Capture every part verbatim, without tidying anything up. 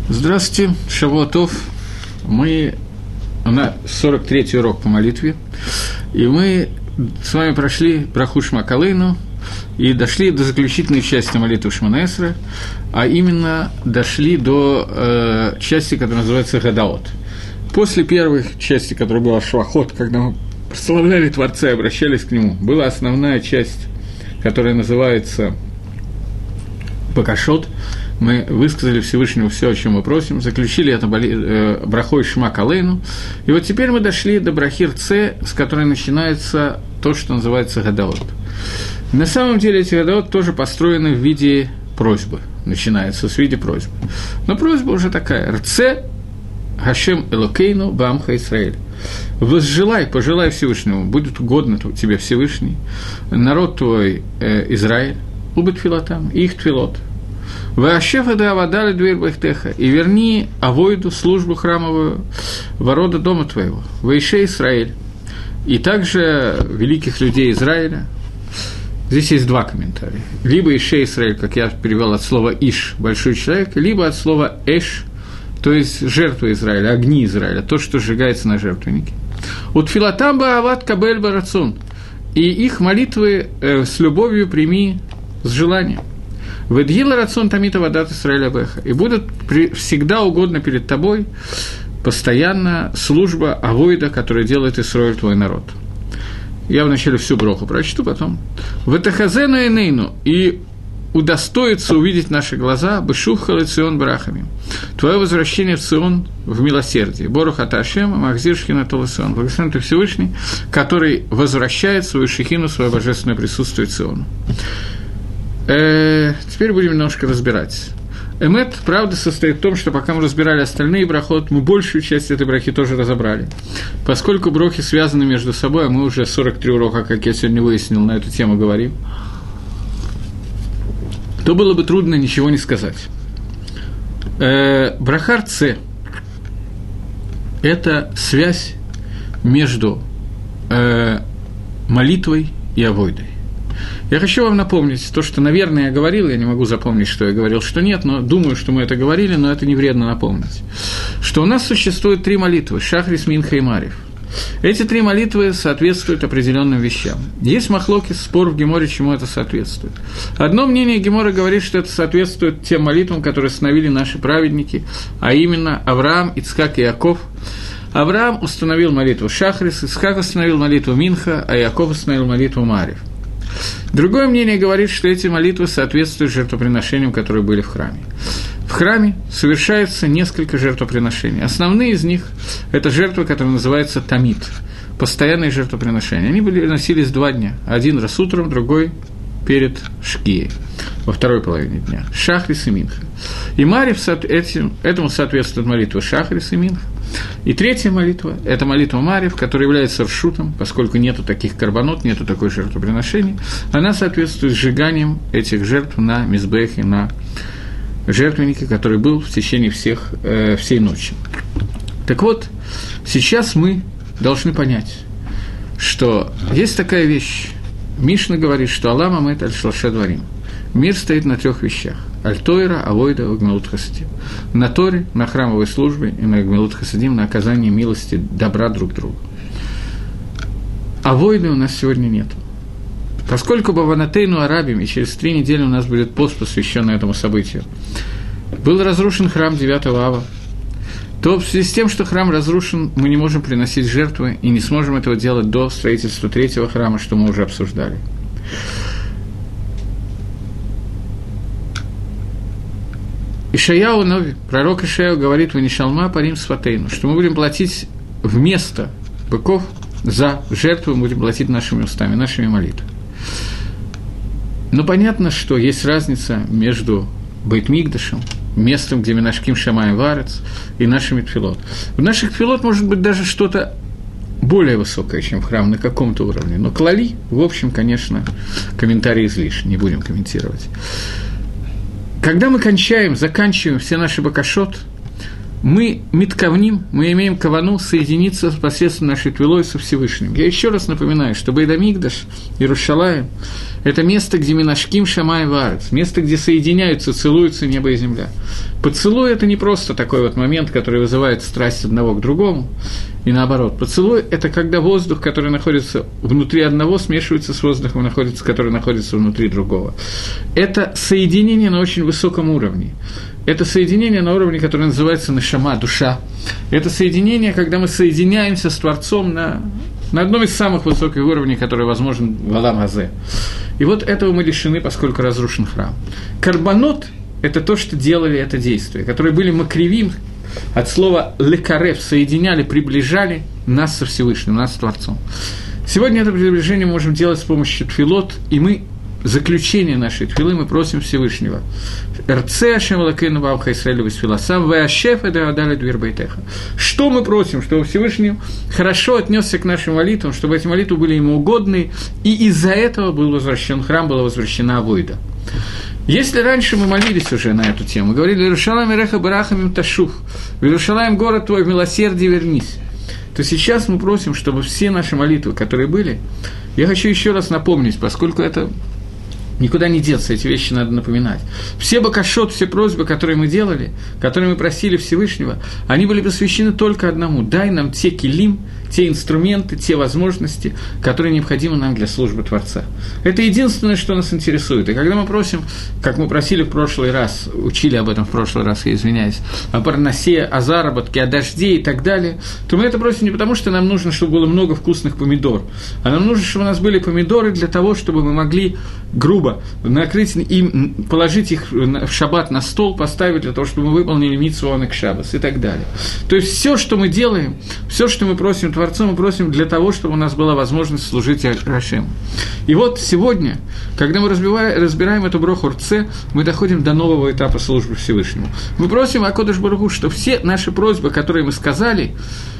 Здравствуйте, Шавуа Тов. Мы на сорок третий урок по молитве, и мы с вами прошли браху Шма Колейну и дошли до заключительной части молитвы Шмона Эсра, а именно дошли до э, части, которая называется Гадаот. После первой части, которая была Швахот, когда мы прославляли Творца и обращались к Нему, была основная часть, которая называется Бакашот. Мы высказали Всевышнему все, о чем мы просим, заключили это брахой Шма Колейну, и вот теперь мы дошли до брахи Рце, с которой начинается то, что называется Гадаот. На самом деле эти Гадаот тоже построены в виде просьбы, начинается с виде просьбы. Но просьба уже такая: Рце Хашем Элокейну Баамха Исраэль. Возжелай, пожелай Всевышнему, будет угодно тебе Всевышний, народ твой э, Израиль, убит филотам, их твилот. «Ваашефа да авадали дверь бахтеха, и верни авойду, службу храмовую, ворота дома твоего, ваише Исраэль, и также великих людей Израиля». Здесь есть два комментария. Либо «Ише Исраэль», как я перевел от слова «иш», большой человек, либо от слова «эш», то есть жертва Израиля, огни Израиля, то, что сжигается на жертвеннике. «От филатам баават кабель барацун», и их молитвы э, с любовью прими с желанием. «Ведгила рацион тамита вадат Исраэля беха», и будет при, всегда угодно перед тобой постоянно служба авойда, которая делает Исраэль твой народ. Я вначале всю броху прочту, потом. «Ветахазену энейну», и удостоится увидеть наши глаза бешухал и цион брахами. Твое возвращение в Цион в милосердии. Борух ата Ашем, махзир шхина тол Цион. Благословен ты Всевышний, который возвращает свою шехину, свое божественное присутствие в Циону. Э, теперь будем немножко разбирать. Эмет, правда, состоит в том, что пока мы разбирали остальные брахот, мы большую часть этой брахи тоже разобрали. Поскольку брахи связаны между собой, а мы уже сорок три урока, как я сегодня выяснил, на эту тему говорим, то было бы трудно ничего не сказать. Э, браха Рце – это связь между э, молитвой и авойдой. Я хочу вам напомнить то, что, наверное, я говорил, я не могу запомнить, что я говорил, что нет, но думаю, что мы это говорили, но это не вредно напомнить, что у нас существует три молитвы – Шахрис, Минха и Марив. Эти три молитвы соответствуют определенным вещам. Есть махлокис, спор в Геморе, чему это соответствует. Одно мнение Гемора говорит, что это соответствует тем молитвам, которые установили наши праведники, а именно Авраам, Ицхак и Иаков. Авраам установил молитву Шахрис, Ицхак установил молитву Минха, а Иаков установил молитву Марив. Другое мнение говорит, что эти молитвы соответствуют жертвоприношениям, которые были в храме. В храме совершается несколько жертвоприношений. Основные из них – это жертвы, которые называются тамид, постоянные жертвоприношения. Они были, носились два дня. Один раз утром, другой перед шкией, во второй половине дня. Шахрис и Минха. И Марив, этим, этому соответствует молитва Шахрис и Минха. И третья молитва – это молитва Марив, которая является ршутом, поскольку нету таких карбонот, нету такой жертвоприношения. Она соответствует сжиганием этих жертв на мизбехе, на жертвеннике, который был в течение всех, э, всей ночи. Так вот, сейчас мы должны понять, что есть такая вещь. Мишна говорит, что Аллам амет аль-шлаша дварим. Мир стоит на трех вещах. Аль-Тойра, Авойда, Гмилут Хасидим. На Торе, на храмовой службе и на Гмилут Хасидим, на оказание милости, добра друг другу. Авойды у нас сегодня нет. Поскольку Баванатейну Арабим, и через три недели у нас будет пост, посвященный этому событию, был разрушен храм девятого ава, то в связи с тем, что храм разрушен, мы не можем приносить жертвы и не сможем этого делать до строительства третьего храма, что мы уже обсуждали. Ишаяу Нови, пророк Ишаяу говорит: «Ванишалма парим сватейну», что мы будем платить вместо быков за жертву, мы будем платить нашими устами, нашими молитвами. Но понятно, что есть разница между Бейт-Микдашем, местом, где Минашким Шамаем Варец, и нашими тфилот. В наших тфилот может быть даже что-то более высокое, чем в храм, на каком-то уровне. Но клали, в общем, конечно, комментарии излишни, не будем комментировать. Когда мы кончаем, заканчиваем все наши бакашот, мы миткавним, мы имеем кавану соединиться посредством нашей твилой со Всевышним. Я еще раз напоминаю, что Бейт-Амикдаш, Иерушалаим – это место, где минашким шамай варец, место, где соединяются, целуются небо и земля. Поцелуй – это не просто такой вот момент, который вызывает страсть одного к другому, и наоборот. Поцелуй – это когда воздух, который находится внутри одного, смешивается с воздухом, находится, который находится внутри другого. Это соединение на очень высоком уровне. Это соединение на уровне, которое называется нешама, душа. Это соединение, когда мы соединяемся с Творцом на, на одном из самых высоких уровней, который возможен в Алам Азе. И вот этого мы лишены, поскольку разрушен храм. Карбонот – это то, что делали это действие, которые были макривим, от слова лекарев, соединяли, приближали нас со Всевышним, нас с Творцом. Сегодня это приближение мы можем делать с помощью тфилот, и мы заключение нашей тфилы мы просим Всевышнего. Что мы просим? Чтобы Всевышний хорошо отнесся к нашим молитвам, чтобы эти молитвы были ему угодны, и из-за этого был возвращен храм, была возвращена авойда. Если раньше мы молились уже на эту тему, говорили «Иерушалаим иреха барахамим ташув», «В Иерушалаим город твой в милосердии вернись», то сейчас мы просим, чтобы все наши молитвы, которые были, я хочу еще раз напомнить, поскольку это никуда не деться, эти вещи надо напоминать. Все бакашот, все просьбы, которые мы делали, которые мы просили Всевышнего, они были посвящены только одному. Дай нам те килим, те инструменты, те возможности, которые необходимы нам для службы Творца. Это единственное, что нас интересует. И когда мы просим, как мы просили в прошлый раз, учили об этом в прошлый раз, я извиняюсь, о парносе, о заработке, о дожде и так далее, то мы это просим не потому, что нам нужно, чтобы было много вкусных помидор, а нам нужно, чтобы у нас были помидоры для того, чтобы мы могли грубо накрыть им, положить их в шаббат на стол, поставить для того, чтобы мы выполнили мицву онек шаббас и так далее. То есть все, что мы делаем, все, что мы просим Творцу, мы просим для того, чтобы у нас была возможность служить Ашему. И вот сегодня, когда мы разбиваем, разбираем эту броху Рце, мы доходим до нового этапа службы Всевышнему. Мы просим Акодеш Барух Ху, что все наши просьбы, которые мы сказали,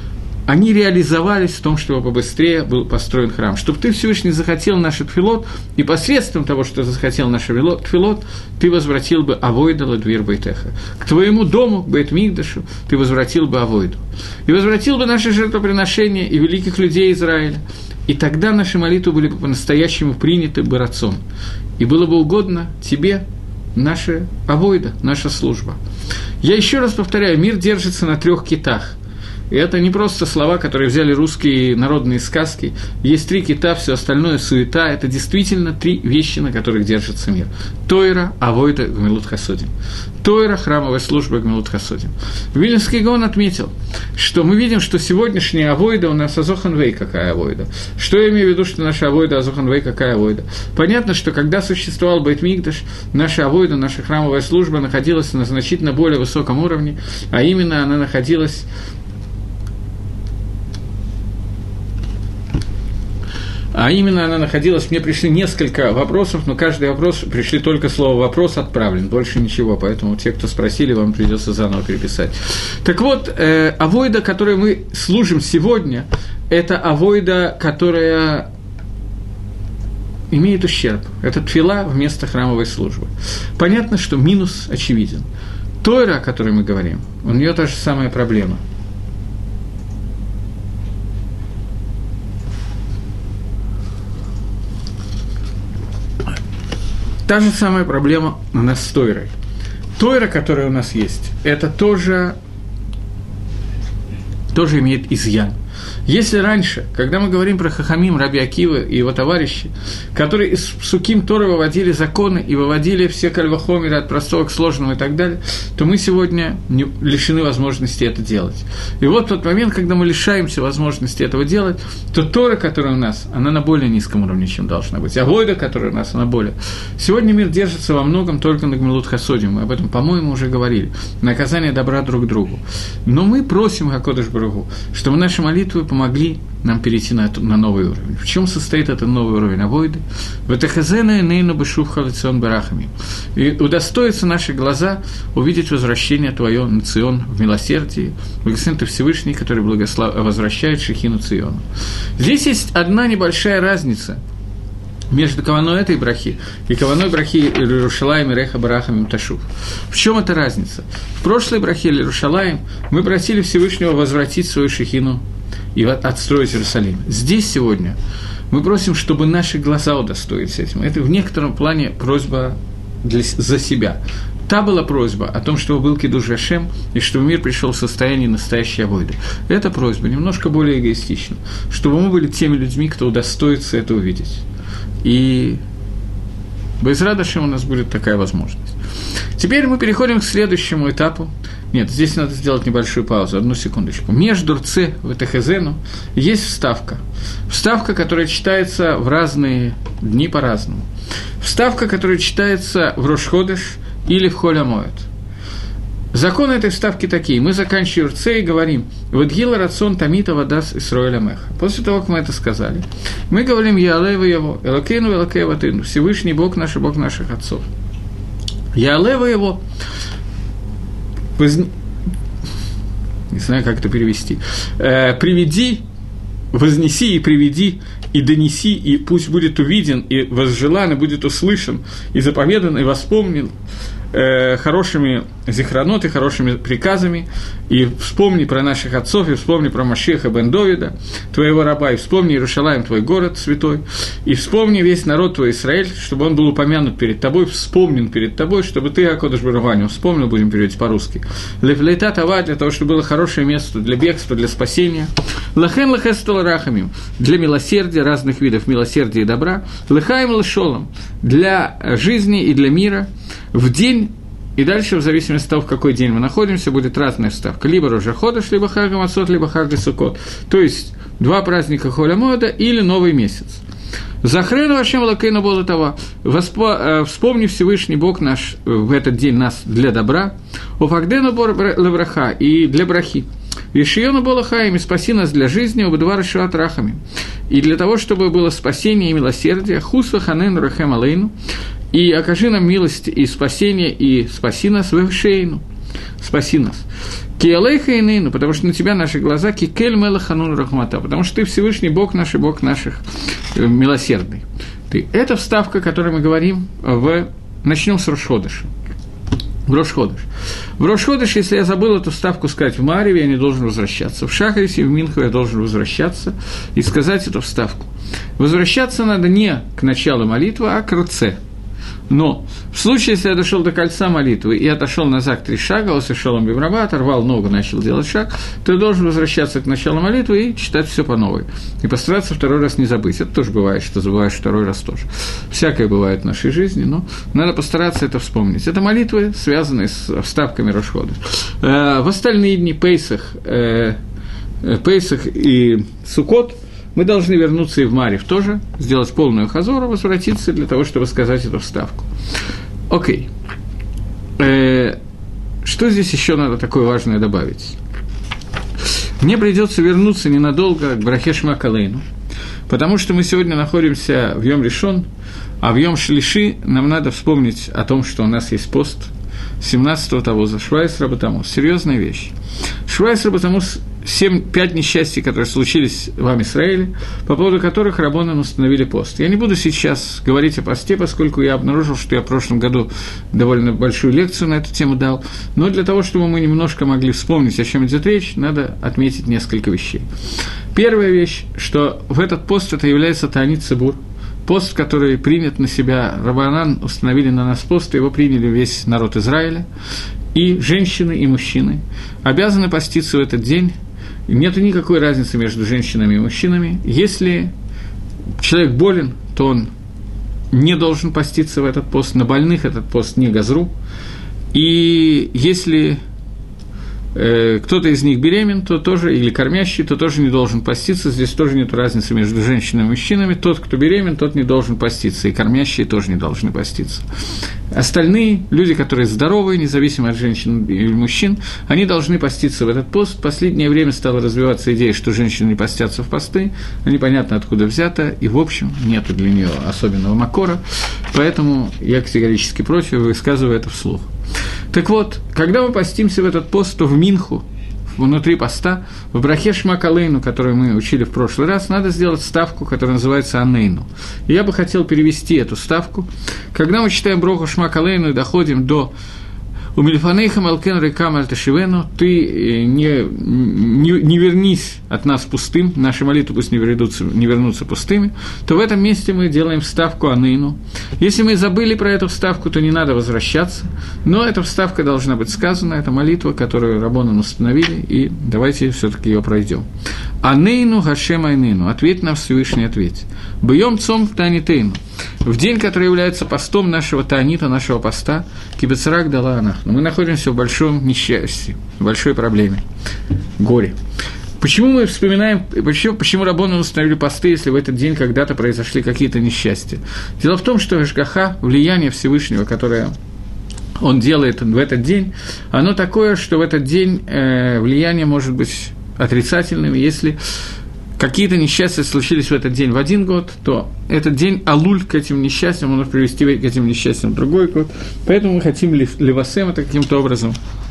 они реализовались в том, чтобы побыстрее был построен храм. Чтобы ты, Всевышний, захотел наш тфилот, и посредством того, что ты захотел наш тфилот, ты возвратил бы авойда ладвир бейтеха. К твоему дому, к Бейт-Микдашу, ты возвратил бы авойду. И возвратил бы наши жертвоприношения и великих людей Израиля. И тогда наши молитвы были бы по-настоящему приняты бы рацон. И было бы угодно тебе наша авойда, наша служба. Я еще раз повторяю, мир держится на трех китах. И это не просто слова, которые взяли русские народные сказки. Есть три кита, все остальное суета. Это действительно три вещи, на которых держится мир. Тойра, авойда, гмилут хасодим. Тойра, храмовая служба, гмилут хасодим. Вильнюсский Гаон отметил, что мы видим, что сегодняшняя авойда у нас азоханвей какая авойда. Что я имею в виду, что наша авойда азоханвей какая авойда? Понятно, что когда существовал Бейт-Микдаш, наша авойда, наша храмовая служба находилась на значительно более высоком уровне, а именно она находилась... А именно она находилась, мне пришли несколько вопросов, но каждый вопрос, пришли только слово «вопрос» отправлен, больше ничего, поэтому те, кто спросили, вам придется заново переписать. Так вот, э, авойда, которой мы служим сегодня, это авойда, которая имеет ущерб. Это тфила вместо храмовой службы. Понятно, что минус очевиден. Тойра, о которой мы говорим, у нее та же самая проблема. Та же самая проблема у нас с Тойрой. Тойра, которая у нас есть, это тоже, тоже имеет изъян. Если раньше, когда мы говорим про Хахамим, Раби Акива и его товарищи, которые из Псуким Торы выводили законы и выводили все кальвахомеры от простого к сложному и так далее, то мы сегодня не лишены возможности это делать. И вот в тот момент, когда мы лишаемся возможности этого делать, то Тора, которая у нас, она на более низком уровне, чем должна быть. А авойда, которая у нас, она более. Сегодня мир держится во многом только на гмилут хасодим. Мы об этом, по-моему, уже говорили. Наказание добра друг другу. Но мы просим Акодеш Барух Ху, чтобы наши молитвы помогли нам перейти на, на новый уровень. В чем состоит этот новый уровень авойды? «Вэтахазэна нейну бешув халицион барахами». И удостоятся наши глаза увидеть возвращение Твое на Цион в милосердии, благословен Ты Всевышний, который благослов... возвращает Шехину Циону. Здесь есть одна небольшая разница между каваной этой брахи и каваной брахи Иерушалаим и Реха Барахам Ташув. В чем эта разница? В прошлой брахе Иерушалаим мы просили Всевышнего возвратить свою шехину и отстроить Иерусалим. Здесь сегодня мы просим, чтобы наши глаза удостоились этим. Это в некотором плане просьба для, за себя. Та была просьба о том, чтобы был кидуш Ашем, и чтобы мир пришел в состояние настоящей авойды. Эта просьба немножко более эгоистична, чтобы мы были теми людьми, кто удостоится это увидеть. И Бе'эзрат Ашем у нас будет такая возможность. Теперь мы переходим к следующему этапу. Нет, здесь надо сделать небольшую паузу, одну секундочку. Между Рце и Тахезену есть вставка. Вставка, которая читается в разные дни по-разному. Вставка, которая читается в Рош-Ходеш или в Холь-Амоэд. Законы этой вставки такие. Мы заканчиваем Рце и говорим «Вадгила рацион тамита вадас Исроэля меха». После того, как мы это сказали, мы говорим «Яалева его, Элокейну, Элокей ватыну», Всевышний Бог наш и Бог наших отцов. «Яалева его», воз... не знаю, как это перевести, э, «приведи», «вознеси и приведи», и донеси, и пусть будет увиден, и возжелан, и будет услышан, и заповедан, и воспомнен э, хорошими зихранот и хорошими приказами, и вспомни про наших отцов, и вспомни про Машеха бен Довида, твоего раба, и вспомни Иерушалаим, твой город святой, и вспомни весь народ твой Израиль, чтобы он был упомянут перед тобой, вспомнен перед тобой, чтобы ты, Акодыш Барух, вспомнил, будем переводить по-русски, левлейта тава, для того, чтобы было хорошее место для бегства, для спасения, лахен лахестол рахамим, для милосердия, разных видов милосердия и добра, лыхаем лышолом, для жизни и для мира, в день, и дальше, в зависимости от того, в какой день мы находимся, будет разная вставка, либо Рош ха-Ходеш, либо Хаг ха-Мацот, либо Хаг ха-Суккот, то есть два праздника Холь-Амоэда или новый месяц. Захрену Ашем Элокейну Болотова, вспомни Всевышний Бог наш в этот день нас для добра, Уфагдену Левраха и для брахи, Вишиону Болахаим, и спаси нас для жизни, Убедвар Шуат Рахами, и для того, чтобы было спасение и милосердие, Хусва Ханен Рахем Алейну, и окажи нам милость и спасение, и спаси нас в Эвшейну, спаси нас. Киалейха и Нейну, потому что на тебя наши глаза, Кикель Мелаханун Рахмата, потому что ты Всевышний Бог наш и Бог наших э, милосердный. Ты. Это вставка, о которой мы говорим в... Начнем с Рош-Ходеша. В Рош-Ходеш. В Рош-Ходеш, если я забыл эту вставку сказать в Маареве, я не должен возвращаться. В Шахарисе и в Минху я должен возвращаться и сказать эту вставку. Возвращаться надо не к началу молитвы, а к Рце. Но в случае, если я дошел до кольца молитвы и отошел назад три шага, осышел бимраба, оторвал ногу, начал делать шаг, то я должен возвращаться к началу молитвы и читать все по новой. И постараться второй раз не забыть. Это тоже бывает, что забываешь второй раз тоже. Всякое бывает в нашей жизни, но надо постараться это вспомнить. Это молитвы, связанные с вставками Рош-Ходеш. В остальные дни Пейсах, Пейсах и Суккот мы должны вернуться и в Маарев тоже, сделать полную хазору, возвратиться для того, чтобы сказать эту вставку. Окей. Э, что здесь еще надо такое важное добавить? Мне придется вернуться ненадолго к брахе Шма Колейну, потому что мы сегодня находимся в Йом Ришон, а в Йом Шлиши нам надо вспомнить о том, что у нас есть пост семнадцатого Тавуза, Швайс Рабатамус. Серьезная вещь. Швайс Рабатамус – семь, пять несчастий, которые случились в Ам-Исраэле, по поводу которых раббаним установили пост. Я не буду сейчас говорить о посте, поскольку я обнаружил, что я в прошлом году довольно большую лекцию на эту тему дал, но для того, чтобы мы немножко могли вспомнить, о чем идет речь, надо отметить несколько вещей. Первая вещь, что в этот пост это является Таанит Цибур, пост, который принят на себя, раббанан установили на нас пост, его приняли весь народ Израиля, и женщины, и мужчины обязаны поститься в этот день. Нет никакой разницы между женщинами и мужчинами. Если человек болен, то он не должен поститься в этот пост. На больных этот пост не газру. И если э, кто-то из них беремен, то тоже, или кормящий, то тоже не должен поститься. Здесь тоже нет разницы между женщинами и мужчинами. Тот, кто беремен, тот не должен поститься. И кормящие тоже не должны поститься. Остальные люди, которые здоровые, независимо от женщин или мужчин, они должны поститься в этот пост. В последнее время стала развиваться идея, что женщины не постятся в посты, но непонятно, откуда взято, и, в общем, нету для нее особенного макора, поэтому я категорически против, высказываю это вслух. Так вот, когда мы постимся в этот пост, то в Минху, внутри поста, в брахе Шма Алейну, которую мы учили в прошлый раз, надо сделать ставку, которая называется Анейну. И я бы хотел перевести эту ставку. Когда мы читаем браху Шма Алейну и доходим до «У мильфанейхам алкен рекам альташивену», ты не, не, не вернись от нас пустым, наши молитвы пусть не вернутся, не вернутся пустыми, то в этом месте мы делаем вставку Анейну. Если мы забыли про эту вставку, то не надо возвращаться, но эта вставка должна быть сказана, это молитва, которую раббанан установили, и давайте все-таки ее пройдем. Анейну Гашем Айнейну, ответь нам, Всевышний, ответь. Бьем цом в Таанитейну, в день, который является постом нашего Таанита, нашего поста, Кибецарак дала Анах. Но мы находимся в большом несчастье, в большой проблеме, горе. Почему мы вспоминаем, почему, почему раббанан установили посты, если в этот день когда-то произошли какие-то несчастья? Дело в том, что Ашгаха, влияние Всевышнего, которое он делает в этот день, оно такое, что в этот день э, влияние может быть отрицательным. Если какие-то несчастья случились в этот день в один год, то этот день алуль к этим несчастьям, он может привести к этим несчастьям в другой год. Поэтому мы хотим левасем это каким-то образом,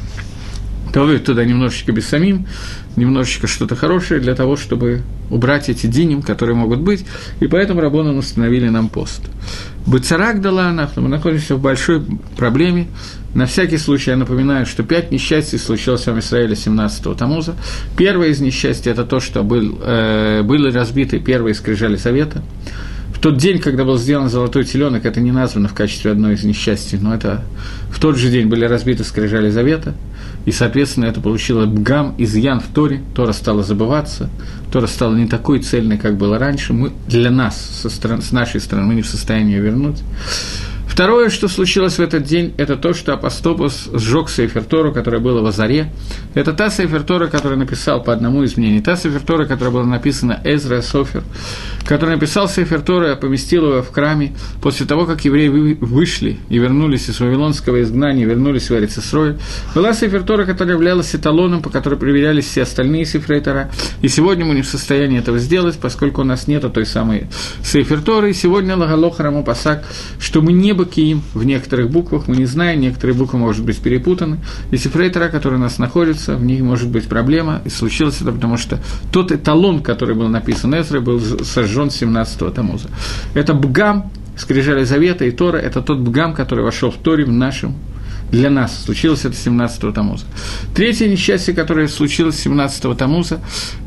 добавить туда немножечко бессамим, немножечко что-то хорошее для того, чтобы убрать эти диним, которые могут быть, и поэтому раббанан установили нам пост. Бецарак дала Анах, мы находимся в большой проблеме. На всякий случай я напоминаю, что пять несчастий случилось в Ам-Исраэле семнадцатого Тамуза. Первое из несчастий – это то, что был, э, были разбиты первые скрижали Завета. В тот день, когда был сделан золотой теленок, это не названо в качестве одной из несчастий, но это в тот же день были разбиты скрижали Завета, и, соответственно, это получило бгам, изъян в Торе, Тора стала забываться, Тора стала не такой цельной, как было раньше, мы, для нас, со стороны, с нашей стороны, мы не в состоянии ее вернуть. Второе, что случилось в этот день, это то, что Апостопус сжег Сейфер Тору, которая была в Азаре. Это та Сейфер Тора, которую написал, по одному из мнений, та Сейфер Тора, которая была написана Эзра Софер, который написал Сейфер Тору и поместил его в храме после того, как евреи вышли и вернулись из вавилонского изгнания, вернулись в Эрец Исроэль. Была Сейфер Тора, которая являлась эталоном, по которой проверялись все остальные Сейфрей Тора. И сегодня мы не в состоянии этого сделать, поскольку у нас нет той самой Сейфер Торы. И сегодня Лагалох Рамо Пасак, что мы не бакиим в некоторых буквах, мы не знаем, некоторые буквы могут быть перепутаны. И Сейфрей Тора, которые у нас находятся, в них может быть проблема. И случилось это потому, что тот эталон, который был написан Эзрой, был сожжен семнадцатого Тамуза. Это бгам, скрижали Завета и Тора, это тот бгам, который вошел в Торе в нашем, для нас. Случилось это семнадцатого Тамуза. Третье несчастье, которое случилось семнадцатого Тамуза,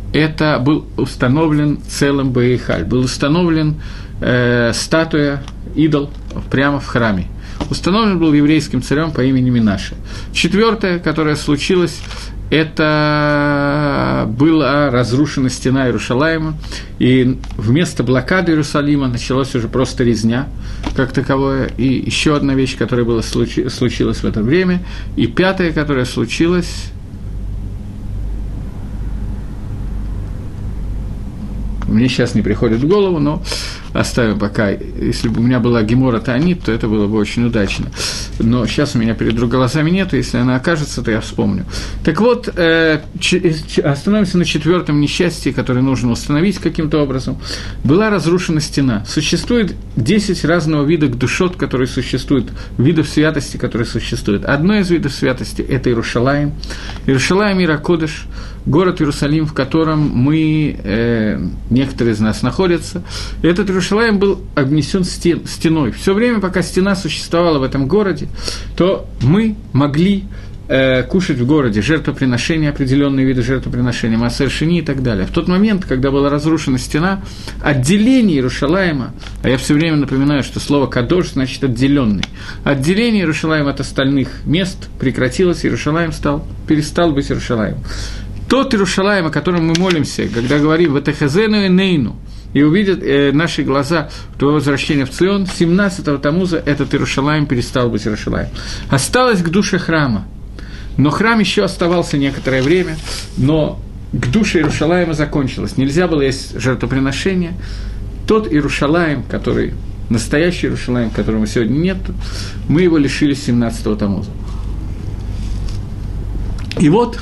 это был установлен целым Бейхаль, был установлен э, статуя, идол прямо в храме. Установлен был еврейским царем по имени Минаше. Четвертое, которое случилось, это была разрушена стена Иерушалаима, и вместо блокады Иерусалима началась уже просто резня, как таковое. И еще одна вещь, которая была, случи, случилась в это время. И пятое, которое случилось, мне сейчас не приходит в голову, но оставим пока. Если бы у меня была Гемора Таанит, то это было бы очень удачно. Но сейчас у меня перед глазами нету, если она окажется, то я вспомню. Так вот, э, ч- остановимся на четвертом несчастье, которое нужно установить каким-то образом. Была разрушена стена. Существует десять разного вида душот, которые существуют, видов святости, которые существуют. Одно из видов святости – это Иерушалаим. Иерушалаим Ир ха-Кодеш, город Иерусалим, в котором мы, э, некоторые из нас находятся. Этот Иерушалаим был обнесен стен, стеной. Все время, пока стена существовала в этом городе, то мы могли э, кушать в городе жертвоприношения, определенные виды жертвоприношения, маасер шени и так далее. В тот момент, когда была разрушена стена, отделение Иерушалаима, а я все время напоминаю, что слово «кадош» значит «отделенный», отделение Иерушалаима от остальных мест прекратилось, Иерушалаим стал, перестал быть Иерушалаимом. Тот Иерушалаим, о котором мы молимся, когда говорим «ватехазену и нейну», и увидят э, наши глаза твое возвращение в Цион, семнадцатого Тамуза этот Иерушалаим перестал быть Иерушалаим. Осталось к душе храма, но храм еще оставался некоторое время, но к душе Иерушалаима закончилось. Нельзя было есть жертвоприношение. Тот Иерушалаим, который, настоящий Иерушалаим, которого сегодня нет, мы его лишились семнадцатого Тамуза. И вот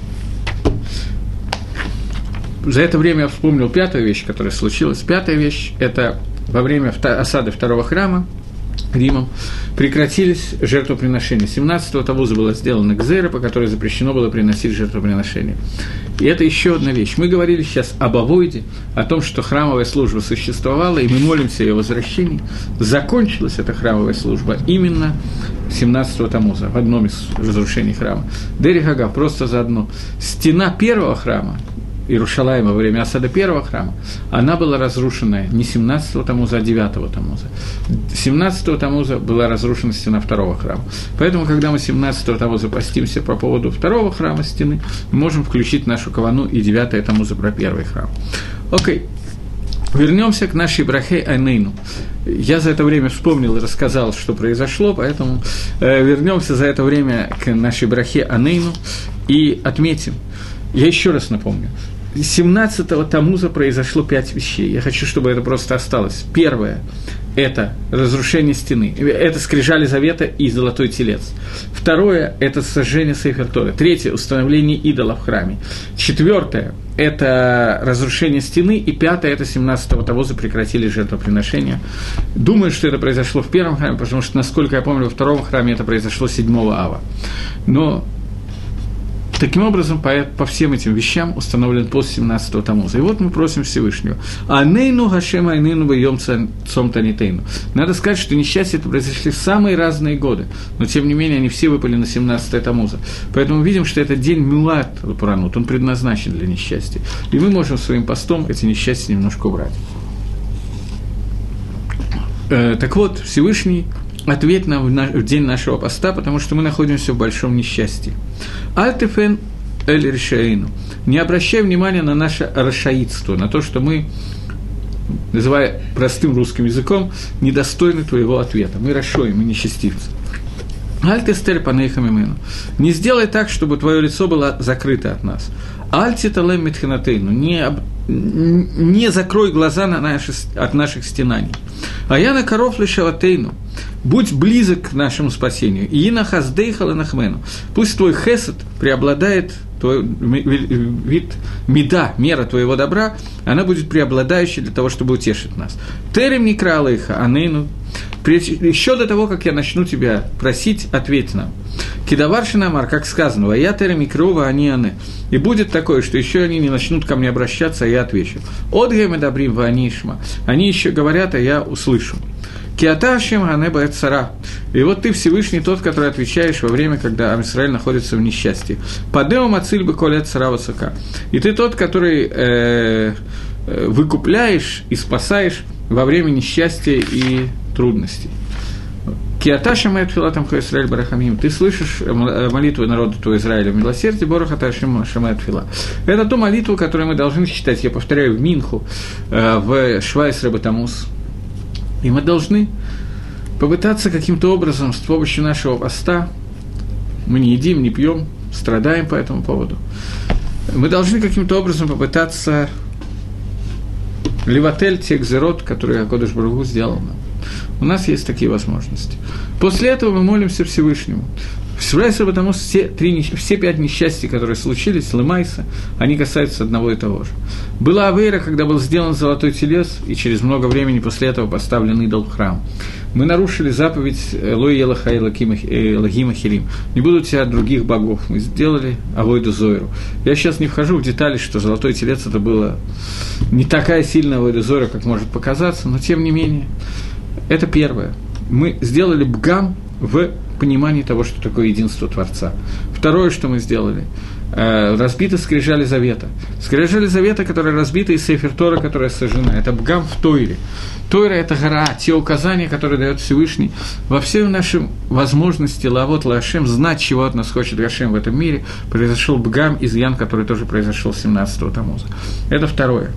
за это время я вспомнил пятую вещь, которая случилась. Пятая вещь – это во время осады второго храма Римом, прекратились жертвоприношения. семнадцатого Тамуза была сделана гзера, по которой запрещено было приносить жертвоприношения. И это еще одна вещь. Мы говорили сейчас об авойде, о том, что храмовая служба существовала, и мы молимся о ее возвращении. Закончилась эта храмовая служба именно семнадцатого Тамуза, в одном из разрушений храма. Дерих Агав, просто заодно. Стена первого храма, Иерушалайма во время осады первого храма, она была разрушена не семнадцатого Тамуза, а девятого Тамуза. семнадцатого Тамуза была разрушена стена второго храма. Поэтому, когда мы семнадцатого Тамуза постимся по поводу второго храма стены, мы можем включить нашу кавану и девятого Тамуза про первый храм. Окей. Вернемся к нашей брахе Айнейну. Я за это время вспомнил и рассказал, что произошло, поэтому э, вернемся за это время к нашей брахе Айнейну и отметим. Я еще раз напомню. семнадцатого Тамуза произошло пять вещей. Я хочу, чтобы это просто осталось. Первое – это разрушение стены. Это скрижали завета и золотой телец. Второе – это сожжение Сефер Торы. Третье – установление идола в храме. Четвертое – это разрушение стены. И пятое – это семнадцатого Тамуза прекратили жертвоприношения. Думаю, что это произошло в первом храме, потому что, насколько я помню, во втором храме это произошло седьмого ава. Но таким образом, по, по всем этим вещам установлен пост семнадцатого Тамуза. И вот мы просим Всевышнего. «Анейну Гашем Айнейну Вайом Цом Танитейну». Надо сказать, что несчастья это произошли в самые разные годы, но, тем не менее, они все выпали на семнадцатое Тамуза. Поэтому видим, что этот день Милат Лапуранут, он предназначен для несчастья. И мы можем своим постом эти несчастья немножко убрать. Э, так вот, Всевышний ответь нам в, на, в день нашего поста, потому что мы находимся в большом несчастье. «Альтефен эль решаину». Не обращай внимания на наше рашаидство, на то, что мы, называя простым русским языком, недостойны твоего ответа. Мы рашои, мы несчастивцы. «Альтестер панейхамимену». Не сделай так, чтобы твое лицо было закрыто от нас. «Альтиталем митхинатейну». Не, об... не закрой глаза на наши... от наших стенаний. «А я на коров лишаватейну». Будь близок к нашему спасению. И на хаздейхал и нахмену. Пусть твой хесед преобладает, твой вид меда, мера твоего добра, она будет преобладающей для того, чтобы утешить нас. Терем не крала их, анейну. Еще до того, как я начну тебя просить, ответь нам. Кидаваршина Амар, как сказано, «Вая терем и крова, они аны». И будет такое, что еще они не начнут ко мне обращаться, а я отвечу. «Одгем и добрим ванишма». Они еще говорят, а я услышу. «Киаташем ганеба эт цара». И вот ты, Всевышний, тот, который отвечаешь во время, когда Ам Исраэль находится в несчастье. «Падеум ациль бы коля эт цара высока». И ты тот, который э, э, выкупляешь и спасаешь во время несчастья и трудностей. «Киаташем эт филатам ха Исраэль барахамим». Ты слышишь молитву народа твоего Израиля в милосердии, борохаташем шамэт фила. Это ту молитву, которую мы должны читать, я повторяю, в Минху, э, в Швайс Ребе Тамуз. И мы должны попытаться каким-то образом с помощью нашего поста, мы не едим, не пьем, страдаем по этому поводу, мы должны каким-то образом попытаться леватель тех гзерот, которые Акодыш Барух Ху сделал нам. У нас есть такие возможности. После этого мы молимся Всевышнему. Потому что все, три, все пять несчастий, которые случились, Лемайса, они касаются одного и того же. Была авейра, когда был сделан золотой телес, и через много времени после этого поставлен идол в храм. Мы нарушили заповедь Лой Елаха и Лагима Хилим. Не будут у тебя других богов. Мы сделали авойду Зойру. Я сейчас не вхожу в детали, что золотой телец это было не такая сильная авойда Зойра, как может показаться, но тем не менее, это первое. Мы сделали бгам в понимании того, что такое единство Творца. Второе, что мы сделали, э, разбиты скрижали завета. Скрижали завета, которые разбиты, и Сефер Тора, которая сожжена. Это бгам в Тойре. Тойра – это гора, те указания, которые дает Всевышний во всей нашей возможности лавот лашем, знать, чего от нас хочет Гашем в этом мире. Произошел бгам, изъян, который тоже произошел семнадцатого Тамуза. Это второе.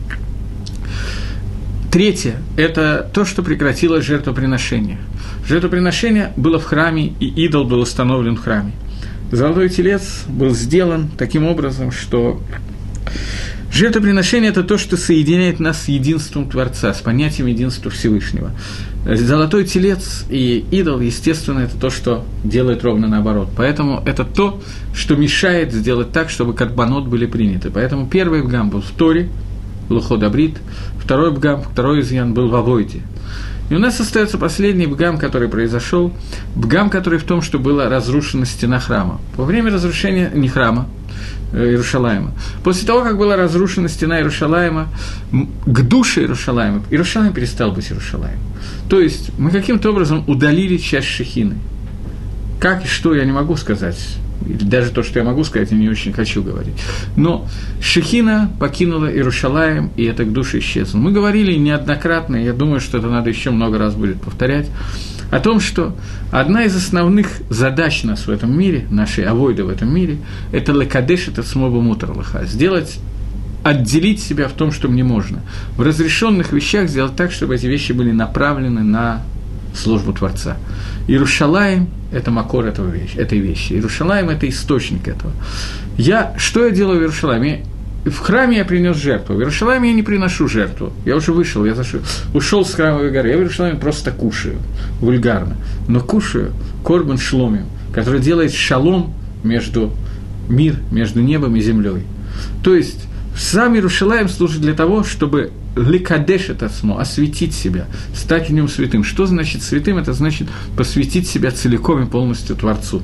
Третье – это то, что прекратилось жертвоприношение. Жертвоприношение было в храме, и идол был установлен в храме. Золотой телец был сделан таким образом, что жертвоприношение – это то, что соединяет нас с единством Творца, с понятием единства Всевышнего. Золотой телец и идол, естественно, это то, что делает ровно наоборот. Поэтому это то, что мешает сделать так, чтобы карбонот были приняты. Поэтому первый бгам был в Торе, Лухот Абрит, второй бгам, второй изъян был в авойде. И у нас остается последний бгам, который произошел, бгам, который в том, что была разрушена стена храма. Во время разрушения не храма, Иерушалайма. После того, как была разрушена стена Иерушалайма, к душе Иерушалайма, Иерушалайм перестал быть Иерушалаймом. То есть мы каким-то образом удалили часть шехины. Как и что, я не могу сказать. Или даже то, что я могу сказать, я не очень хочу говорить. Но шехина покинула Иерушалаим, и эта душа исчезла. Мы говорили неоднократно, я думаю, что это надо еще много раз будет повторять, о том, что одна из основных задач нас в этом мире, нашей авойды в этом мире, это лекадеш, это смоба мутарлаха, сделать, отделить себя в том, что мне можно. В разрешенных вещах сделать так, чтобы эти вещи были направлены на службу Творца. Иерушалаим – это макор этого вещи, этой вещи. Иерушалаим – это источник этого. Я, что я делаю в Иерушалайме? В храме я принес жертву, в Иерушалайме я не приношу жертву. Я уже вышел, я зашел, ушел с храмовой горы, я в Иерушалайме просто кушаю, вульгарно. Но кушаю корбан шломим, который делает шалом между мир, между небом и землей. То есть сам Иерушалайм служит для того, чтобы лекадеш это смо, осветить себя, стать в нем святым. Что значит святым? Это значит посвятить себя целиком и полностью Творцу.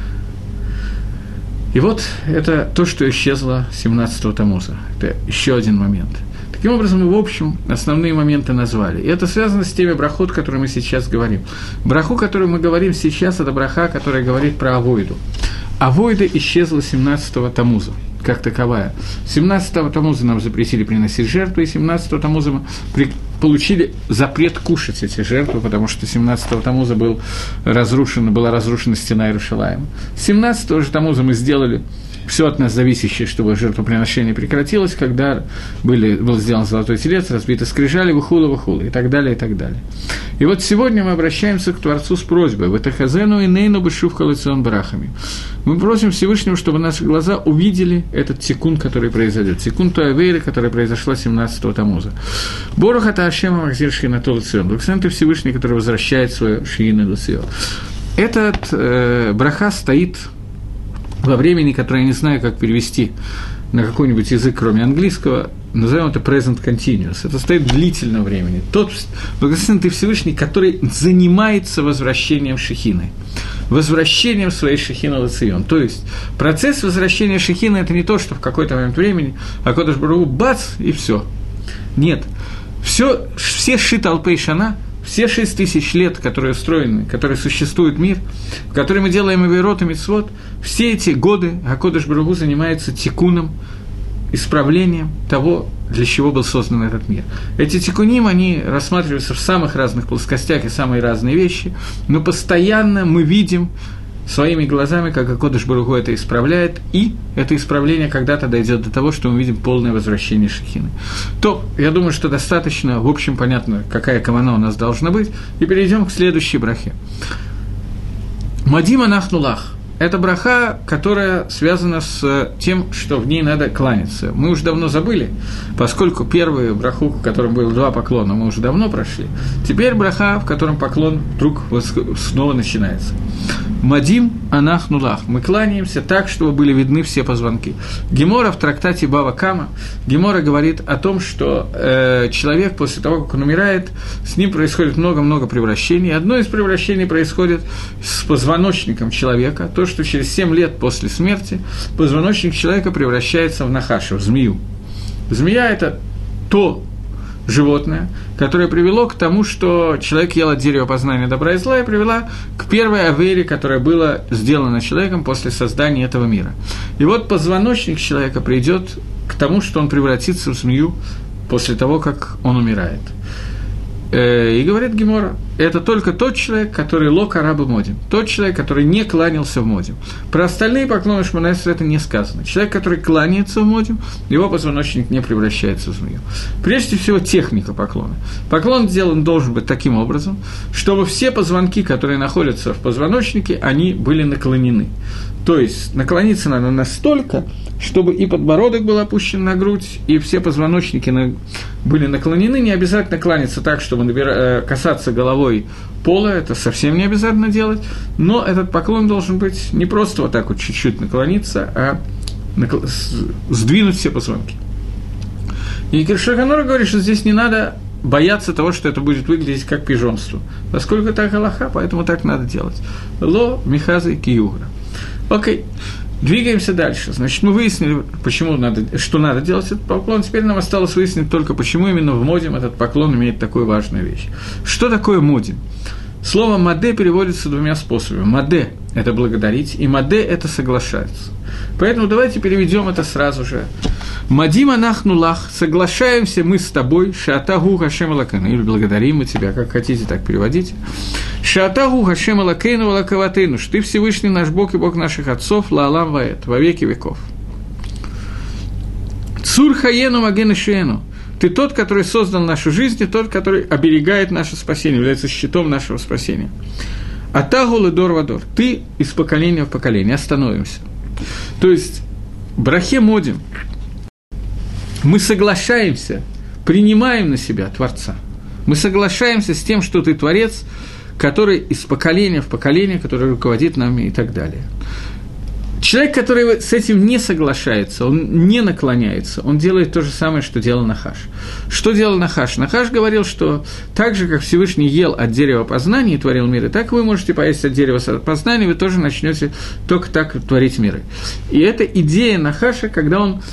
И вот это то, что исчезло семнадцатого Тамуза. Это еще один момент. Таким образом, мы, в общем, основные моменты назвали. И это связано с теми брахот, которые мы сейчас говорим. Браху, которую мы говорим сейчас, это браха, которая говорит про авойду. Авойда исчезла семнадцатого Тамуза, как таковая. семнадцатого Тамуза нам запретили приносить жертвы, и семнадцатого Тамуза мы при... получили запрет кушать эти жертвы, потому что семнадцатого Тамуза был разрушен, была разрушена стена Иерушалайма. семнадцатого же Тамуза мы сделали все от нас зависящее, чтобы жертвоприношение прекратилось, когда были, был сделан золотой телец, разбиты скрижали, выхула, выхула, и так далее, и так далее. И вот сегодня мы обращаемся к Творцу с просьбой «Вэтахазену и нейну бешув халацион барахами». Мы просим Всевышнего, чтобы наши глаза увидели этот тикун, который произойдет, тикун той авейры, которая произошла семнадцатого Тамуза. «Борух ата Ашема махзир шхинату лацион». Благословен ты Всевышний, который возвращает свою шхину лацион. Этот э, браха стоит во времени, которое я не знаю, как перевести на какой-нибудь язык, кроме английского, назовем это present continuous. Это стоит длительного времени. Тот, благословен ты Всевышний, который занимается возвращением шехины, возвращением своей шехины лацион. То есть процесс возвращения шехины – это не то, что в какой-то момент времени, а Кодеш Барух бац, и все. Нет. Все, все шит алпей шана, все шесть тысяч лет, которые устроены, которые существует мир, в который мы делаем авейрот и мицвот, все эти годы ха-Кодеш Барух занимается тикуном, исправлением того, для чего был создан этот мир. Эти тикуним, они рассматриваются в самых разных плоскостях и самые разные вещи, но постоянно мы видим своими глазами, как ха-Кодеш Барух это исправляет, и это исправление когда-то дойдет до того, что мы видим полное возвращение шехины. То, я думаю, что достаточно, в общем, понятно, какая кавана у нас должна быть, и перейдем к следующей брахе. Мадим анахнулах. Это браха, которая связана с тем, что в ней надо кланяться. Мы уже давно забыли, поскольку первую браху, в котором было два поклона, мы уже давно прошли. Теперь браха, в котором поклон вдруг снова начинается. Мадим анахнулах. Мы кланяемся так, чтобы были видны все позвонки. Гемора в трактате Бава Кама, Гемора говорит о том, что э, человек после того, как он умирает, с ним происходит много-много превращений. Одно из превращений происходит с позвоночником человека, то, что через семь лет после смерти позвоночник человека превращается в нахашу, в змею. Змея – это то животное, которое привело к тому, что человек ел от дерева познания добра и зла, и привела к первой авейре, которая была сделана человеком после создания этого мира. И вот позвоночник человека придет к тому, что он превратится в змею после того, как он умирает. И говорит Гемора, это только тот человек, который лок араба модим, тот человек, который не кланялся в модим. Про остальные поклоны Шмона Эсрей это не сказано. Человек, который кланяется в модим, его позвоночник не превращается в змею. Прежде всего, техника поклона. Поклон сделан должен быть таким образом, чтобы все позвонки, которые находятся в позвоночнике, они были наклонены. То есть наклониться надо настолько, чтобы и подбородок был опущен на грудь, и все позвоночники на... были наклонены. Не обязательно кланяться так, чтобы набира... касаться головой пола, это совсем не обязательно делать, но этот поклон должен быть не просто вот так вот чуть-чуть наклониться, а накл... сдвинуть все позвонки. И Шульхан Арух говорит, что здесь не надо бояться того, что это будет выглядеть как пижонство. Поскольку так галаха, поэтому так надо делать. Ло, михазы, киюгра. Окей. Двигаемся дальше. Значит, мы выяснили, почему надо, что надо делать этот поклон. Теперь нам осталось выяснить только, почему именно в модим этот поклон имеет такую важную вещь. Что такое модим? Слово «маде» переводится двумя способами. «Маде» – это благодарить, и «маде» – это соглашаться. Поэтому давайте переведем это сразу же. «Мадим анахну лах» – соглашаемся мы с тобой, «шаатагу хашем алакейну» – или благодарим мы тебя, как хотите, так переводите. «Шаатагу хашем алакейну валакаватейну» – что ты Всевышний наш Бог и Бог наших отцов, лаалам ваэт, во веки веков. «Цур хаену маген ишену» – ты тот, который создал нашу жизнь, и тот, который оберегает наше спасение, является щитом нашего спасения. Атагу ледор вадор. Ты из поколения в поколение. Остановимся. То есть, брахе модим. Мы соглашаемся, принимаем на себя Творца. Мы соглашаемся с тем, что ты Творец, который из поколения в поколение, который руководит нами и так далее. Человек, который с этим не соглашается, он не наклоняется, он делает то же самое, что делал Нахаш. Что делал Нахаш? Нахаш говорил, что так же, как Всевышний ел от дерева познания и творил миры, так вы можете поесть от дерева познания, вы тоже начнете только так творить миры. И это идея Нахаша, когда он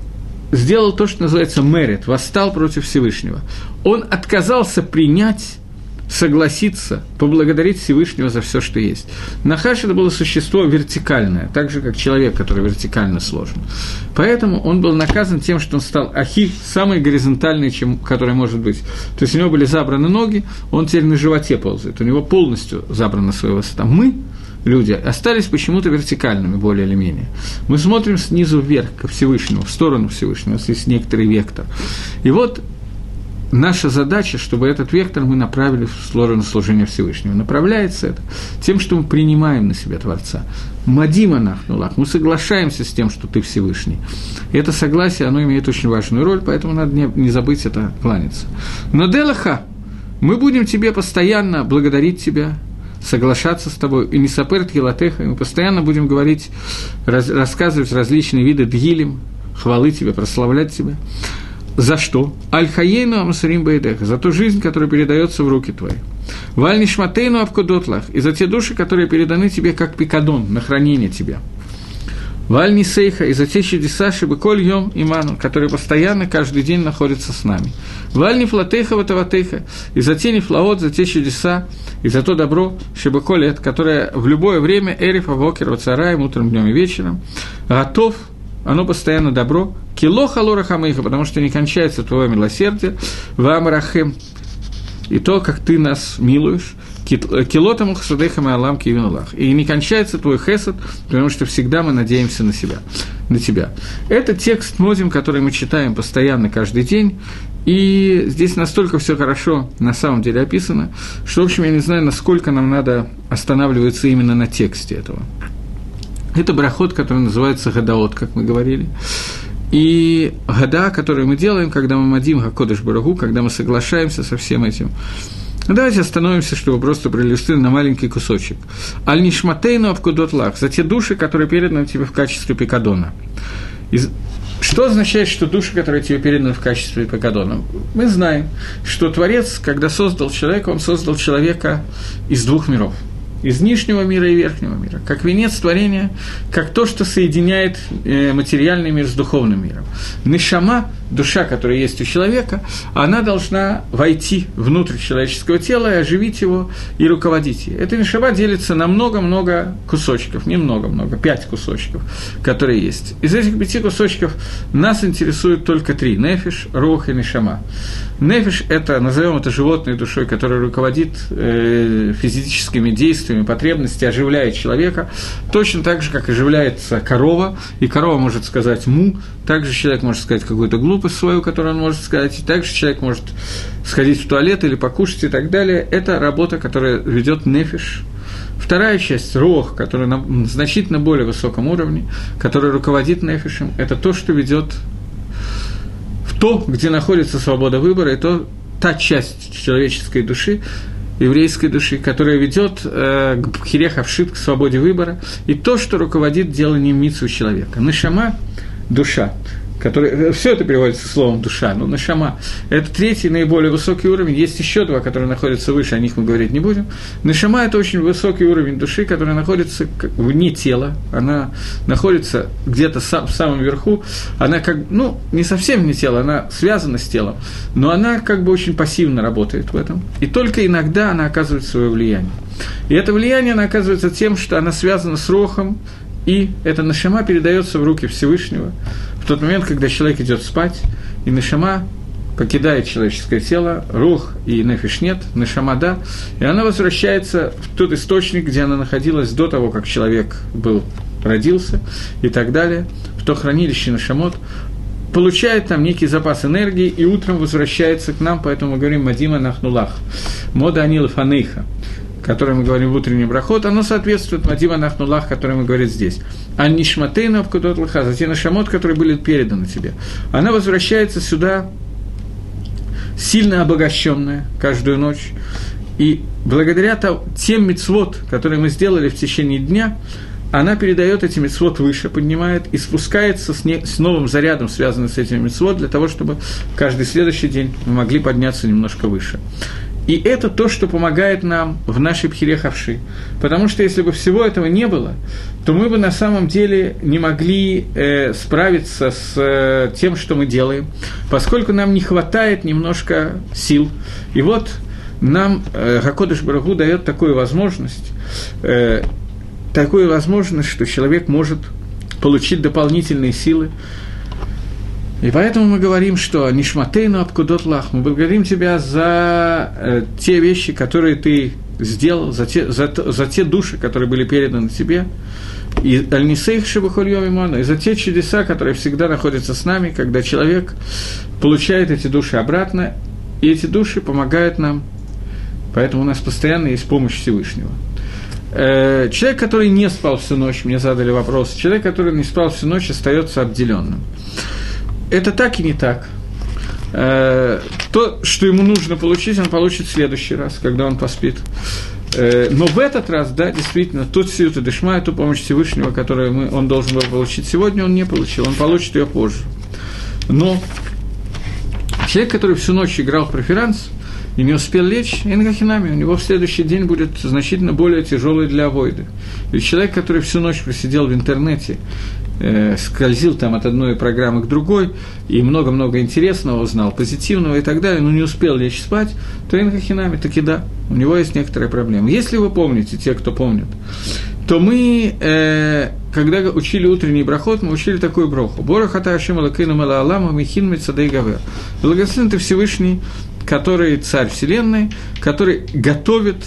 сделал то, что называется мерит, восстал против Всевышнего. Он отказался принять, согласиться, поблагодарить Всевышнего за все, что есть. Нахаш – это было существо вертикальное, так же, как человек, который вертикально сложен. Поэтому он был наказан тем, что он стал ахи, самый горизонтальный, чем, который может быть. То есть у него были забраны ноги, он теперь на животе ползает, у него полностью забрана своя высота. Мы, люди, остались почему-то вертикальными, более или менее. Мы смотрим снизу вверх, ко Всевышнему, в сторону Всевышнего, у нас есть некоторый вектор. И вот наша задача, чтобы этот вектор мы направили в сторону служения Всевышнего. Направляется это тем, что мы принимаем на себя Творца. Мадима нахнулах, мы соглашаемся с тем, что ты Всевышний. И это согласие, оно имеет очень важную роль, поэтому надо не, не забыть это кланяться. Но делаха, мы будем тебе постоянно благодарить тебя, соглашаться с тобой, и не саперт елатеха, и мы постоянно будем говорить, раз, рассказывать различные виды дгилем, хвалы тебе, прославлять тебя. За что? Аль-Хаейну Амасарим Баэдеха, за ту жизнь, которая передается в руки твои. Валь-Нишматейну Авкудотлах, и за те души, которые переданы тебе как пикадон, на хранение тебя. Валь-Нисейха, и за те чудеса Шибыколь Йом Иману, которые постоянно, каждый день находятся с нами. Валь-Нифлатейха Ватаватейха, и за те Нифлаот, за те чудеса, и за то добро Шибыколь, которое в любое время Эриф, Авокер, Вацараем, утром, днем и вечером, готов, оно постоянно добро, кило халора хамейха, потому что не кончается твое милосердие, вамарахем, и то, как ты нас милуешь, кило тому хасадейхам и алам кивинулах, и не кончается твой хесад, потому что всегда мы надеемся на себя, на тебя. Это текст модим, который мы читаем постоянно, каждый день, и здесь настолько все хорошо на самом деле описано, что, в общем, я не знаю, насколько нам надо останавливаться именно на тексте этого. Это брахот, который называется гадаот, как мы говорили. И гада, которую мы делаем, когда мы мадим гакодыш барагу, когда мы соглашаемся со всем этим. Давайте остановимся, чтобы просто проиллюстрировать на маленький кусочек. Аль-нишматейну авкудотлах, за те души, которые переданы тебе в качестве пикадона. Из... Что означает, что души, которые тебе переданы в качестве пикадона? Мы знаем, что Творец, когда создал человека, он создал человека из двух миров. Из нижнего мира и верхнего мира, как венец творения, как то, что соединяет э, материальный мир с духовным миром. Нешама, душа, которая есть у человека, она должна войти внутрь человеческого тела и оживить его, и руководить ей. Эта нешама делится на много-много кусочков, не много-много, пять кусочков, которые есть. Из этих пяти кусочков нас интересует только три – нефиш, рух и нешама. Нефиш – это, назовем это животной душой, которая руководит э, физическими действиями, потребностями, оживляет человека, точно так же, как оживляется корова, и корова может сказать «му», также человек может сказать какую-то глупость свою, которую он может сказать, и также человек может сходить в туалет или покушать и так далее. Это работа, которая ведет нефиш. Вторая часть – рух, которая на значительно более высоком уровне, которая руководит нефишем, это то, что ведет то, где находится свобода выбора, и то, та часть человеческой души, еврейской души, которая ведет э, к хирехавшит, к свободе выбора, и то, что руководит деланием мицвы человека. Нешама, душа, который, все это переводится словом «душа», но нешама – это третий наиболее высокий уровень. Есть еще два, которые находятся выше, о них мы говорить не будем. Нешама – это очень высокий уровень души, который находится вне тела, она находится где-то в самом верху, она как, ну, не совсем вне тела, она связана с телом, но она как бы очень пассивно работает в этом, и только иногда она оказывает свое влияние. И это влияние, она оказывается тем, что она связана с рохом, и эта нешама передается в руки Всевышнего в тот момент, когда человек идет спать, и нешама покидает человеческое тело, рух и нефиш нет, нешама да, и она возвращается в тот источник, где она находилась до того, как человек был, родился и так далее, в то хранилище нешамот, получает там некий запас энергии и утром возвращается к нам, поэтому мы говорим «Мадима нахнулах», «Мода анил фанейха», которое мы говорим в утренний брахот, оно соответствует «Мадима нахнулах», который мы говорим здесь. «Аль нишматейну абкудот лаха», за те нашамот, которые были переданы тебе. Она возвращается сюда сильно обогащенная каждую ночь, и благодаря тем мицвот, которые мы сделали в течение дня, она передает эти мицвот выше, поднимает и спускается с, не, с новым зарядом, связанным с этими мицвот, для того, чтобы каждый следующий день мы могли подняться немножко выше. И это то, что помогает нам в нашей пхире хавши. Потому что если бы всего этого не было, то мы бы на самом деле не могли э, справиться с э, тем, что мы делаем, поскольку нам не хватает немножко сил. И вот нам э, Акодеш Барух Ху дает такую возможность, э, такую возможность, что человек может получить дополнительные силы. И поэтому мы говорим, что «Нишматейну абкудот лах», мы благодарим тебя за э, те вещи, которые ты сделал, за те, за, за те души, которые были переданы тебе, и «Аль-Нисейх шебухоль йом иману», и за те чудеса, которые всегда находятся с нами, когда человек получает эти души обратно, и эти души помогают нам, поэтому у нас постоянно есть помощь Всевышнего. Э, человек, который не спал всю ночь, мне задали вопрос, человек, который не спал всю ночь, остается обделенным. Это так и не так. Э, то, что ему нужно получить, он получит в следующий раз, когда он поспит. Э, но в этот раз, да, действительно, тот сиюта дешмая, ту помощь Всевышнего, которую мы, он должен был получить сегодня, он не получил, он получит ее позже. Но человек, который всю ночь играл в преферанс и не успел лечь, инкахинами, у него в следующий день будет значительно более тяжелый для авойды. Ведь человек, который всю ночь просидел в интернете, э, скользил там от одной программы к другой, и много-много интересного узнал, позитивного и так далее, но не успел лечь спать, то инкахинами таки да, у него есть некоторые проблемы. Если вы помните, те, кто помнит, то мы, э, когда учили утренний брахот, мы учили такую броху. «Борах ата Ашем Элокейну мелech хаолам михин мецадей гавер». Благословен ты Всевышний, который царь вселенной, который готовит,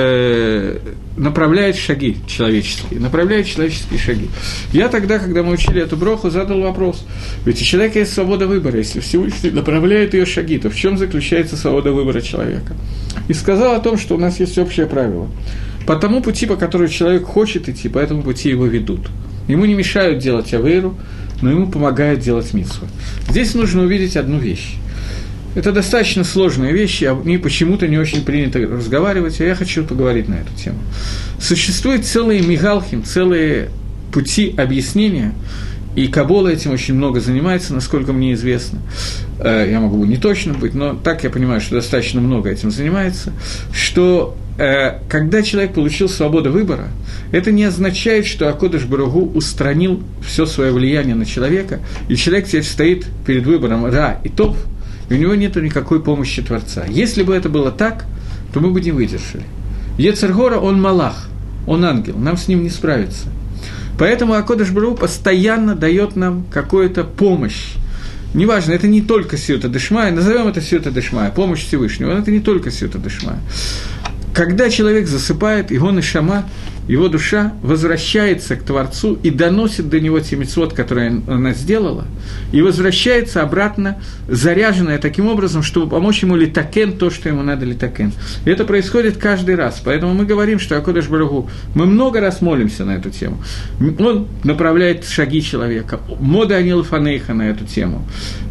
э, направляет шаги человеческие, направляет человеческие шаги. Я тогда, когда мы учили эту броху, задал вопрос, ведь у человека есть свобода выбора, если Всевышний направляет ее шаги, то в чем заключается свобода выбора человека? И сказал о том, что у нас есть общее правило. По тому пути, по которому человек хочет идти, по этому пути его ведут. Ему не мешают делать авейру, но ему помогают делать мицву. Здесь нужно увидеть одну вещь. Это достаточно сложные вещи, о ней почему-то не очень принято разговаривать, а я хочу поговорить на эту тему. Существуют целые мигалхим, целые пути объяснения, и Каббала этим очень много занимается, насколько мне известно. Я могу не точно быть, но так я понимаю, что достаточно много этим занимается, что когда человек получил свободу выбора, это не означает, что Акодеш Барух Ху устранил все свое влияние на человека, и человек теперь стоит перед выбором «ра» и «тов», и у него нет никакой помощи Творца. Если бы это было так, то мы бы не выдержали. Йецер гора, он малах, он ангел, нам с ним не справиться. Поэтому Акодеш Барух Ху постоянно дает нам какую-то помощь. Неважно, это не только сиюта дешмая, назовем это сиюта дешмая, помощь Всевышнего, но это не только сиюта дешмая. Когда человек засыпает, его нешама, его душа возвращается к Творцу и доносит до него те мицвот, которые она сделала, и возвращается обратно, заряженная таким образом, чтобы помочь ему литакен то, что ему надо литакен. И это происходит каждый раз. Поэтому мы говорим, что Акодеш Барух Ху, мы много раз молимся на эту тему. Он направляет шаги человека. Мода анил фанейха на эту тему.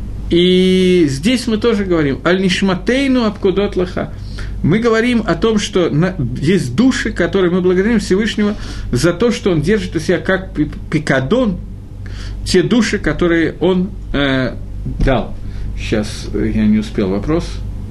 И здесь мы тоже говорим «Аль-нишматейну абкудот лаха». Мы говорим о том, что есть души, которые мы благодарим Всевышнего за то, что Он держит у себя как пикадон, те души, которые Он э, дал. Сейчас я не успел вопрос.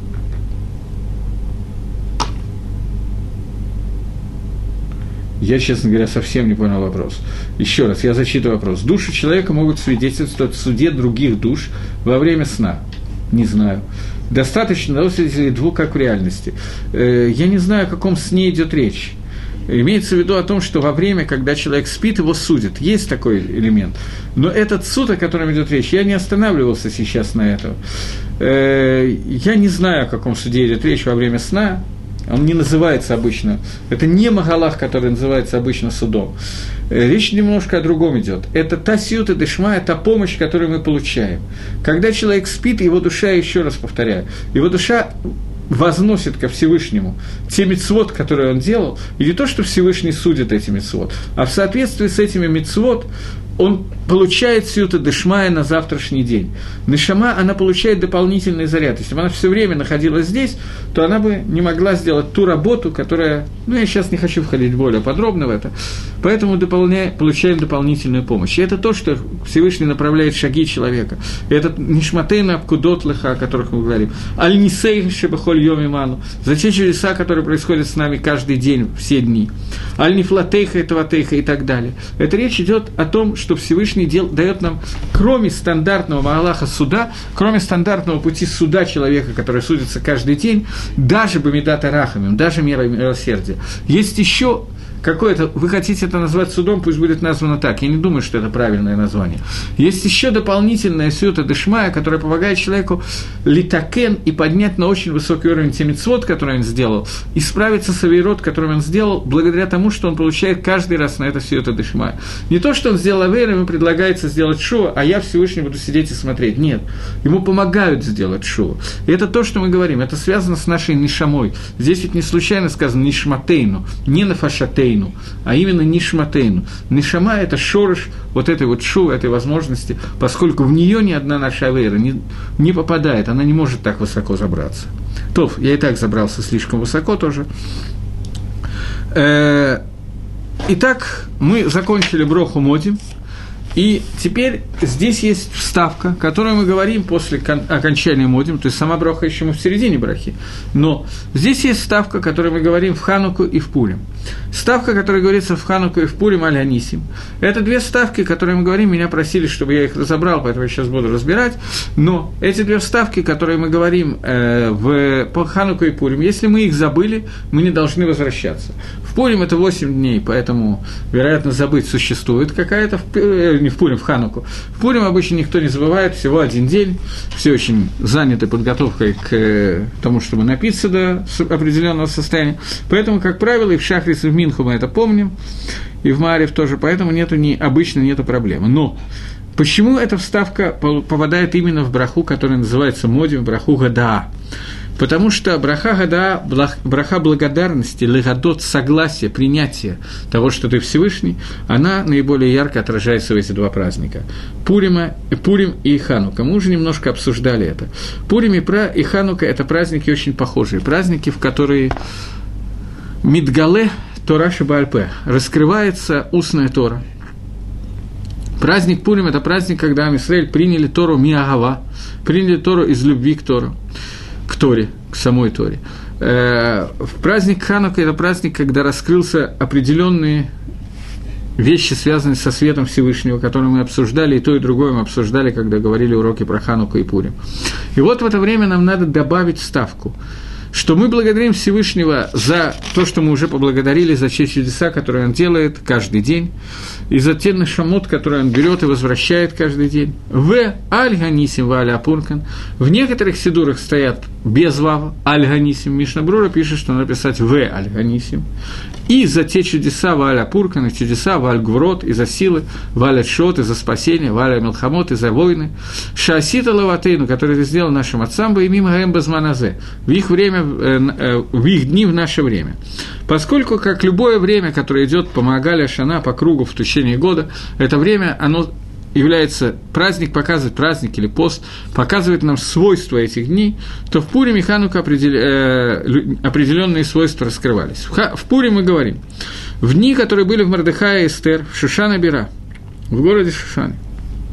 Я, честно говоря, совсем не понял вопрос. Еще раз, я зачитываю вопрос. Души человека могут свидетельствовать в суде других душ во время сна? Не знаю. Достаточно того свидетелей двух, как в реальности. Я не знаю, о каком сне идет речь. Имеется в виду о том, что во время, когда человек спит, его судят. Есть такой элемент. Но этот суд, о котором идет речь, я не останавливался сейчас на этом. Я не знаю, о каком суде идет речь во время сна. Он не называется обычно, это не Магалах, который называется обычно судом. Речь немножко о другом идет. Это та сиюта дешмая, та помощь, которую мы получаем. Когда человек спит, его душа, еще раз повторяю, его душа возносит ко Всевышнему те мицвот, которые он делал, и не то, что Всевышний судит эти мицвот, а в соответствии с этими мицвот он получает сиюта дешмая на завтрашний день. Нешама, она получает дополнительный заряд. Если бы она все время находилась здесь, то она бы не могла сделать ту работу, которая... Ну, я сейчас не хочу входить более подробно в это. Поэтому дополняя, получаем дополнительную помощь. И это то, что Всевышний направляет шаги человека. И это нишматейна абкудот леха, о которых мы говорим. Аль-нисей шебахоль йом иману. За те чудеса, которые происходят с нами каждый день, все дни. Аль-нифлатейха, этаватейха и так далее. Это речь идет о том, что Всевышний дел, дает нам, кроме стандартного Магалаха суда, кроме стандартного пути суда человека, который судится каждый день, даже бамидата рахамим, даже мера милосердия, есть еще какое-то, вы хотите это назвать судом, пусть будет названо так, я не думаю, что это правильное название. Есть еще дополнительная сиюта дешмая, которая помогает человеку литакен и поднять на очень высокий уровень те мицвот, которые он сделал, и справиться с авейрот, который он сделал, благодаря тому, что он получает каждый раз на это сиюта дешмая. Не то, что он сделал авейр, ему предлагается сделать шоу, а я Всевышний буду сидеть и смотреть. Нет, ему помогают сделать шоу. И это то, что мы говорим, это связано с нашей нишамой. Здесь ведь не случайно сказано нишматейну, не нафашатейну, а именно нишматейну. Нишама – это шорыш вот этой вот шу, этой возможности, поскольку в нее ни одна наша авейра не, не попадает, она не может так высоко забраться. Тоф, я и так забрался слишком высоко тоже. Итак, мы закончили броху модим. И теперь здесь есть вставка, которую мы говорим после кон- окончания модим, то есть сама броха еще мы в середине брахи, но здесь есть вставка, которую мы говорим в Хануку и в Пурим. Вставка, которая говорится в Хануку и в Пурим аль-Анисим. Это две вставки, которые мы говорим, меня просили, чтобы я их разобрал, поэтому я сейчас буду разбирать, но эти две вставки, которые мы говорим э, в, по Хануку и Пурим, если мы их забыли, мы не должны возвращаться. В Пурим это восемь дней, поэтому, вероятно, забыть существует какая-то, в, не в Пурим, в Хануку. В Пурим обычно никто не забывает, всего один день, все очень заняты подготовкой к тому, чтобы напиться до определенного состояния. Поэтому, как правило, и в Шахрис, и в Минху мы это помним, и в Маарев тоже, поэтому нету, не, обычно нету проблемы. Но почему эта вставка попадает именно в браху, которая называется модим, браху Гадаа? Потому что браха Гадаа, браха благодарности, легадот, согласия, принятия того, что ты Всевышний, она наиболее ярко отражается в эти два праздника. Пурима, Пурим и Ханука. Мы уже немножко обсуждали это. Пурим и Ханука – это праздники очень похожие. Праздники, в которые Мидгале Тора Шебаальпе, раскрывается устная Тора. Праздник Пурим – это праздник, когда Ам Исраэль приняли Тору Миагава, приняли Тору из любви к Тору. К Торе, к самой Торе. Э, в праздник Ханука – это праздник, когда раскрылся определенные вещи, связанные со светом Всевышнего, которые мы обсуждали, и то, и другое мы обсуждали, когда говорили уроки про Хануку и Пурим. И вот в это время нам надо добавить вставку, что мы благодарим Всевышнего за то, что мы уже поблагодарили, за те чудеса, которые Он делает каждый день, и за те нашамот, которые Он берет и возвращает каждый день. В аль-ганисим ва аль-апуркан. В некоторых сидурах стоят без вава, аль-ганисим. Мишна Брура пишет, что надо писать в аль-ганисим. И за те чудеса ва аль-апуркан, и чудеса ва аль-гврот, и за силы, ва аль-шот, и за спасение, ва аль-милхамот, и за войны. Шаасита лаватейну, который ты сделал нашим отцам, и мимо гаэм базманазе. В их время, в их дни, в наше время. Поскольку, как любое время, которое идет по Маагале Шана, по кругу в течение года, это время, оно является, праздник показывает, праздник или пост, показывает нам свойства этих дней, то в Пурим и Ханука определ, э, определенные свойства раскрывались. В, Ха, в Пурим мы говорим, в дни, которые были в Мордехае и Эстер, в Шушана Бира, в городе Шушане, к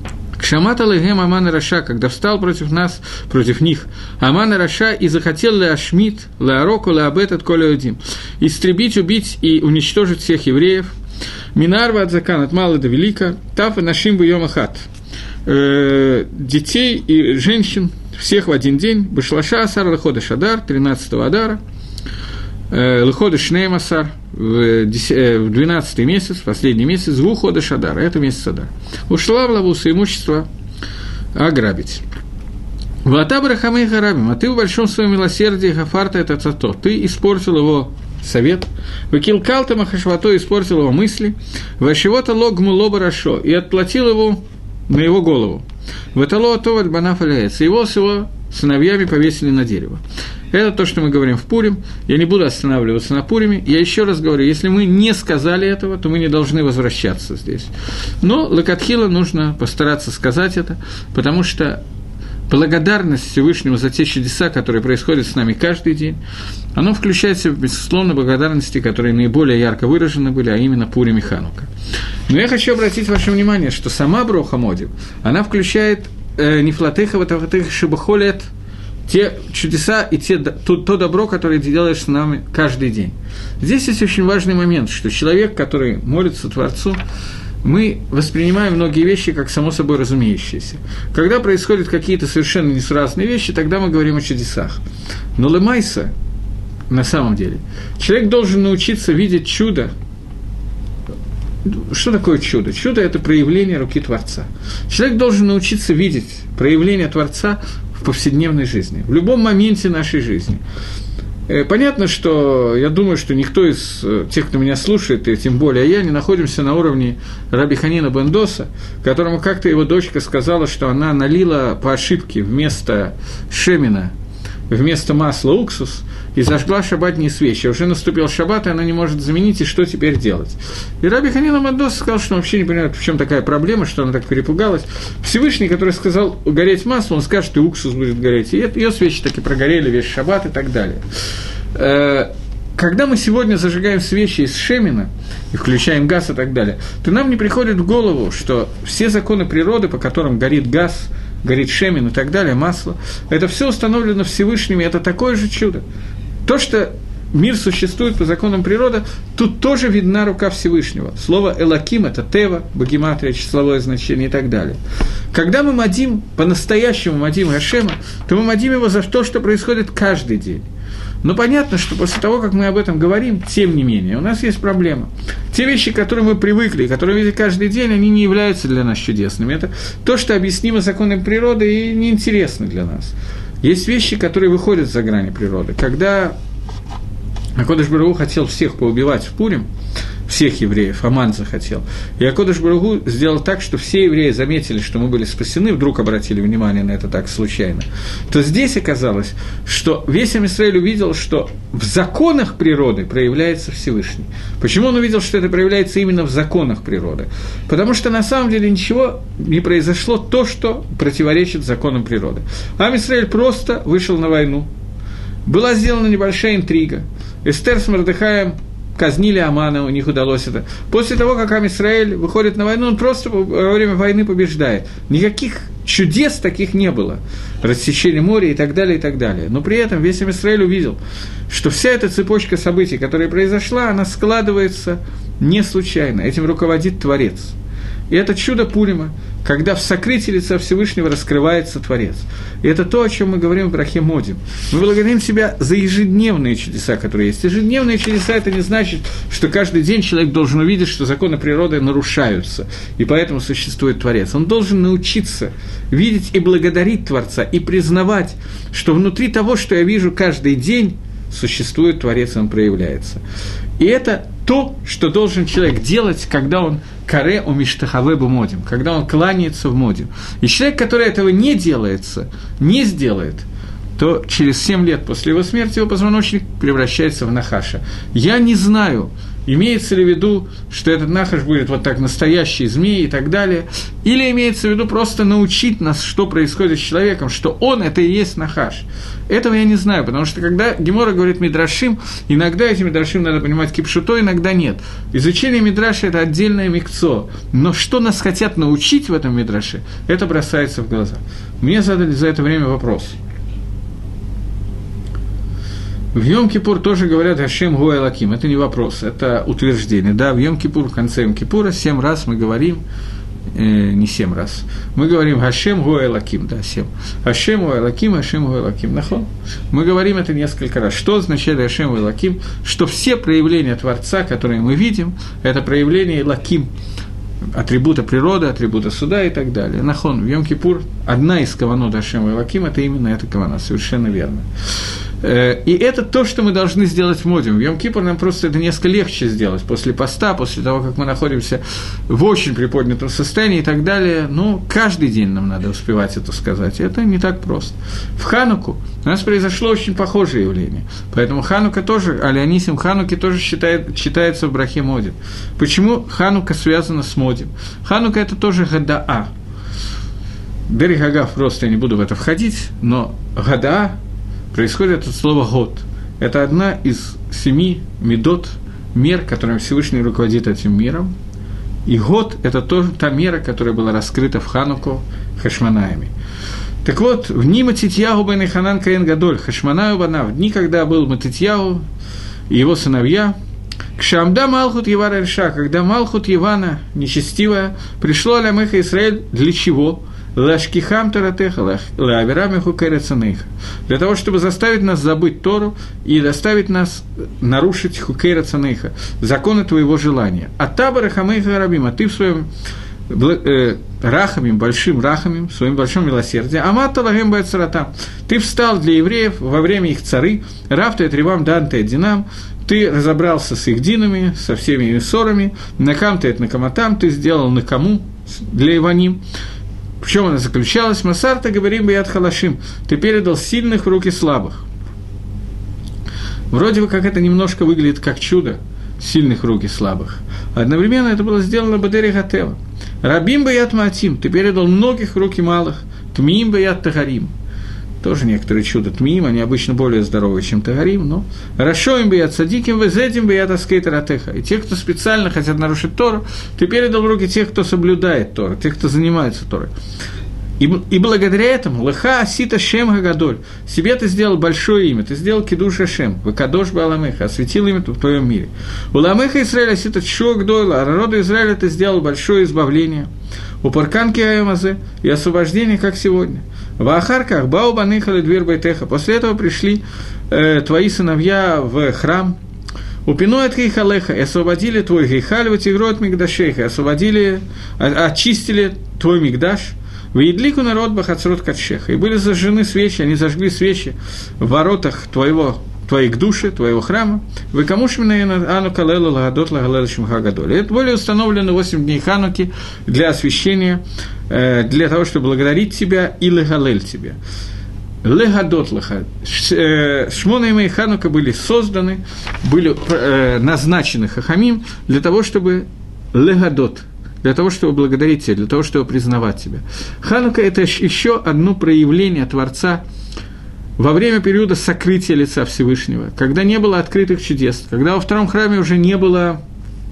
Кшамата легем Аман и Раша, когда встал против нас, против них, Аман и Раша, и захотел леашмит, леароку, леабетат, колеодим, истребить, убить и уничтожить всех евреев, Минарва от закан, от мала до велика, Таф и Нашим бьем ахат, детей и женщин, всех в один день, Башлаша Асар Лехода Шадар, тринадцатого Адара, Лехода Шнейм Асар, в двенадцатый месяц, последний месяц, Вухода Шадар, это месяц Адар. Ушла в лавуса имущество ограбить. Вата Брахамей Харабим, а ты в большом своем милосердии Хафарта это цато, ты испортил его совет, Вакилкалта Махашвато испортил его мысли, Вашивота Логму Лобарашо, и отплатил его на его голову. Ватало Товат Банаф Аляец, его с его сыновьями повесили на дерево. Это то, что мы говорим в Пурим. Я не буду останавливаться на Пуриме. Я еще раз говорю, если мы не сказали этого, то мы не должны возвращаться здесь. Но лакатхила нужно постараться сказать это, потому что благодарность Всевышнему за те чудеса, которые происходят с нами каждый день, оно включает в себя, безусловно, благодарности, которые наиболее ярко выражены были, а именно Пурим и Ханука. Но я хочу обратить ваше внимание, что сама Броха Модим, она включает Нефлатеха, Ватаватеха, Шибахолет, те чудеса и те, то, то добро, которое ты делаешь с нами каждый день. Здесь есть очень важный момент, что человек, который молится Творцу, мы воспринимаем многие вещи как само собой разумеющиеся. Когда происходят какие-то совершенно несуразные вещи, тогда мы говорим о чудесах. Но лемайса, на самом деле, человек должен научиться видеть чудо. Что такое чудо? Чудо – это проявление руки Творца. Человек должен научиться видеть проявление Творца в повседневной жизни, в любом моменте нашей жизни. Понятно, что я думаю, что никто из тех, кто меня слушает, и тем более я, не находимся на уровне Раби Ханина бен Доса, которому как-то его дочка сказала, что она налила по ошибке вместо шемина, вместо масла уксус, и зажгла шаббатные свечи. Уже наступил шаббат, и она не может заменить, и что теперь делать? И Раби Ханина бен Доса сказал, что он вообще не понимает, в чем такая проблема, что она так перепугалась. Всевышний, который сказал гореть масло, он скажет, и уксус будет гореть. И ее свечи так и прогорели весь шаббат и так далее. Когда мы сегодня зажигаем свечи из шемина и включаем газ и так далее, то нам не приходит в голову, что все законы природы, по которым горит газ, горит шемин и так далее, масло, это все установлено Всевышним, и это такое же чудо. То, что мир существует по законам природы, тут тоже видна рука Всевышнего. Слово «элаким» – это «тева», богематрия, числовое значение и так далее. Когда мы мадим, по-настоящему мадим Гашема, то мы мадим его за то, что происходит каждый день. Но понятно, что после того, как мы об этом говорим, тем не менее, у нас есть проблема. Те вещи, к которым мы привыкли, которые видим каждый день, они не являются для нас чудесными. Это то, что объяснимо законам природы и неинтересно для нас. Есть вещи, которые выходят за грани природы. Когда Акодыш Барух хотел всех поубивать в Пурим, всех евреев, Аман захотел, и Акодыш Барух сделал так, что все евреи заметили, что мы были спасены, вдруг обратили внимание на это так случайно, то здесь оказалось, что весь Ам-Исраэль увидел, что в законах природы проявляется Всевышний. Почему он увидел, что это проявляется именно в законах природы? Потому что на самом деле ничего не произошло то, что противоречит законам природы. Ам-Исраэль просто вышел на войну. Была сделана небольшая интрига. Эстер с Мордехаем казнили Амана, у них удалось это. После того, как Ам-Исраэль выходит на войну, он просто во время войны побеждает. Никаких чудес таких не было. Рассечение моря и так далее, и так далее. Но при этом весь Ам-Исраэль увидел, что вся эта цепочка событий, которая произошла, она складывается не случайно. Этим руководит Творец. И это чудо Пурима, когда в сокрытии лица Всевышнего раскрывается Творец. И это то, о чем мы говорим в Брахе Модим. Мы благодарим себя за ежедневные чудеса, которые есть. Ежедневные чудеса – это не значит, что каждый день человек должен увидеть, что законы природы нарушаются, и поэтому существует Творец. Он должен научиться видеть и благодарить Творца, и признавать, что внутри того, что я вижу каждый день, существует Творец, и он проявляется. И это то, что должен человек делать, когда он каре у миштахаве бу модим, когда он кланяется в модим. И человек, который этого не делается, не сделает, то через семь лет после его смерти его позвоночник превращается в нахаша. Я не знаю, Имеется ли в виду, что этот нахаш будет вот так настоящий змей и так далее? Или имеется в виду просто научить нас, что происходит с человеком, что он – это и есть нахаш? Этого я не знаю, потому что когда Гемора говорит мидрашим, иногда эти мидрашим надо понимать кипшуто, иногда нет. Изучение мидраша – это отдельное микцо, но что нас хотят научить в этом мидраше, это бросается в глаза. Мне задали за это время вопрос. В Йом-Кипур тоже говорят «Ашем Гу Элоким». Это не вопрос, это утверждение. Да, в Йом-Кипур, в конце Йом-Кипура, семь раз мы говорим, э, не семь раз, мы говорим «Ашем Гу Элоким», да, семь. «Ашем Гу Элоким, Ашем Гу Элоким». Нахон. Мы говорим это несколько раз. Что означает «Ашем Гу Элоким»? Что все проявления Творца, которые мы видим, это проявления Элоким, атрибута природы, атрибута суда и так далее. Нахон, в Йом-Кипур одна из каванот Ашем Гу Элоким, это именно эта кавана, совершенно верно. И это то, что мы должны сделать в Модим. В Йом-Кипур нам просто это несколько легче сделать после поста, после того, как мы находимся в очень приподнятом состоянии и так далее. Но каждый день нам надо успевать это сказать. Это не так просто. В Хануку у нас произошло очень похожее явление. Поэтому Ханука тоже, Алионисим Хануки тоже считает, считается в брахе Модим. Почему Ханука связана с Модим? Ханука – это тоже Гадаа. Дерих Агав, просто я не буду в это входить, но Гадаа происходит от слова «год». Это одна из семи медот, мер, которыми Всевышний руководит этим миром. И год – это тоже та мера, которая была раскрыта в Хануку Хашманаями. Так вот, в дни Матитьягу бен Ханан Каэн Гадоль, Хашманаю бана, в дни, когда был Матитьягу и его сыновья, Кшамда Малхут Евара Эльша, когда Малхут Евана, нечестивая, пришло Алямеха Исраэль для чего? Лашкихам таратеха, лаавирамиху кэрецанейха. Для того, чтобы заставить нас забыть Тору и заставить нас нарушить хукэрецанейха, законы твоего желания. А таба рахамейха рабим, а ты в своем э, рахамим, большим рахамим, в своем большом милосердии, амата лагем бэцаратам, ты встал для евреев во время их цары, рафта и тревам данте динам, ты разобрался с их динами, со всеми их ссорами, накам ты это накаматам, ты сделал накаму для Иваним. В чем она заключалась? Масарта говорим баят халашим. Ты передал сильных в руки слабых. Вроде бы как это немножко выглядит как чудо, сильных в руки слабых. Одновременно это было сделано бадери гатева. Рабим баят маатим. Ты передал многих в руки малых. Тмиим баят тагарим. Тоже некоторые чудо тмиим, они обычно более здоровые, чем тагарим, но рашоим баят садиким, везетим баят аскейтаратеха. И те, кто специально хотят нарушить Тору, ты передал в руки тех, кто соблюдает Тору, тех, кто занимается Торой. И, и благодаря этому лыха асита шем гагадоль, себе ты сделал большое имя, ты сделал кидуш ашем, выкадош бааламеха, осветил имя в твоем мире. У ламеха Израиля асита чок дойла, а народу Израиля ты сделал большое избавление. У парканки аймазе и освобождение, как сегодня. В Ахарках бау баныхали дверь байтеха. После этого пришли э, твои сыновья в храм. Упиной от гейхалеха, и освободили твой гейхаль, ватигро от мигдашейха, освободили, очистили твой мигдаш. Вейдлику народ бахацрот катшеха. И были зажжены свечи, они зажгли свечи в воротах твоего, твоей души, твоего храма. Вы кому шмина ану калелу лагадот лагалел шимхагадоль. Это были установлены восемь дней Хануки для освящения, для того, чтобы благодарить тебя и лагалель тебя. Легадот лаха. Шмона и Ханука были созданы, были назначены хахамим для того, чтобы легадот, для того, чтобы благодарить тебя, для того, чтобы признавать тебя. Ханука – это еще одно проявление Творца во время периода сокрытия лица Всевышнего, когда не было открытых чудес, когда во втором храме уже не было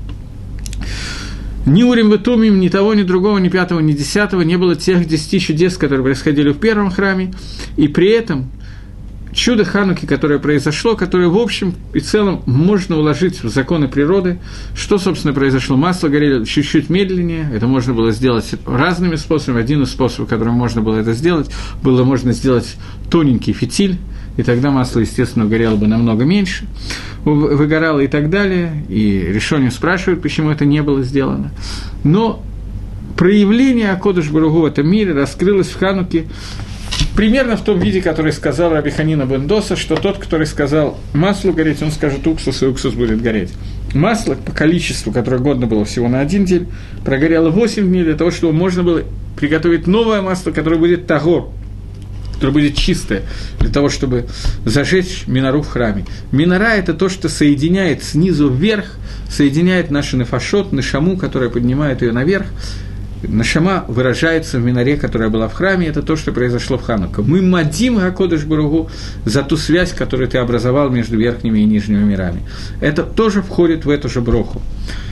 ни Урим и Тумим, ни того, ни другого, ни пятого, ни десятого, не было тех десяти чудес, которые происходили в первом храме, и при этом чудо Хануки, которое произошло, которое в общем и целом можно уложить в законы природы. Что, собственно, произошло? Масло горело чуть-чуть медленнее, это можно было сделать разными способами. Один из способов, которым можно было это сделать, было можно сделать тоненький фитиль, и тогда масло, естественно, горело бы намного меньше, выгорало и так далее, и решение спрашивают, почему это не было сделано. Но проявление Акодыш Баругу в этом мире раскрылось в Хануке примерно в том виде, который сказал Раби Ханина бен Доса, что тот, который сказал маслу гореть, он скажет уксус, и уксус будет гореть. Масло по количеству, которое годно было всего на один день, прогорело восемь дней для того, чтобы можно было приготовить новое масло, которое будет тагор, которое будет чистое, для того, чтобы зажечь минору в храме. Минора – это то, что соединяет снизу вверх соединяет наши нефашот, нешаму, которая поднимает ее наверх. Нешама выражается в минаре, которая была в храме, это то, что произошло в Хануку. Мы мадим Гакодыш Баругу за ту связь, которую ты образовал между верхними и нижними мирами. Это тоже входит в эту же броху.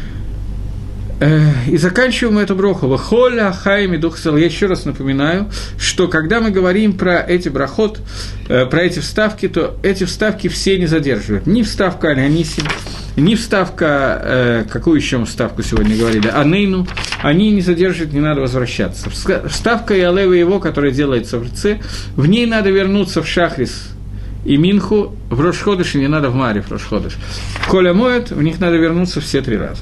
И заканчиваем эту броху. Вахоля, хайми, дух сел. Я еще раз напоминаю, что когда мы говорим про эти брахот, про эти вставки, то эти вставки все не задерживают. Ни вставка Аль-Анисим, ни вставка, какую еще мы вставку сегодня говорили, Анейну, они не задерживают, не надо возвращаться. Вставка и Алева его, которая делается в Рце, в ней надо вернуться в Шахрис и Минху, в Рош-Ходыш, и не надо в Маре в Рош-Ходыш. В Коля моет, в них надо вернуться все три раза.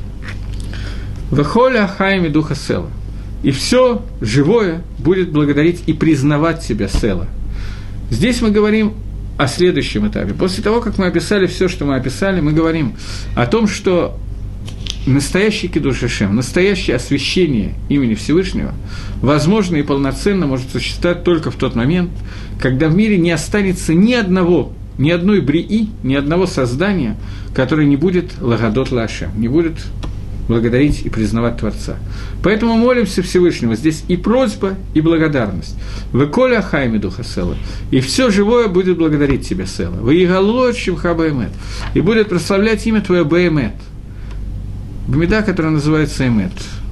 Вехоля хайми духа села. И все живое будет благодарить и признавать себя села. Здесь мы говорим о следующем этапе. После того, как мы описали все, что мы описали, мы говорим о том, что настоящий кидуш Ашем, настоящее освящение имени Всевышнего возможно и полноценно может существовать только в тот момент, когда в мире не останется ни одного, ни одной брии, ни одного создания, которое не будет лагадот ла-Ашем, не будет благодарить и признавать Творца. Поэтому молимся Всевышнего. Здесь и просьба, и благодарность. «Веколя хайми духа села». И все живое будет благодарить тебя, Села. «Ваигалот шимха баэмет». И будет прославлять имя твое баэмет. Бмеда, которая называется эмет.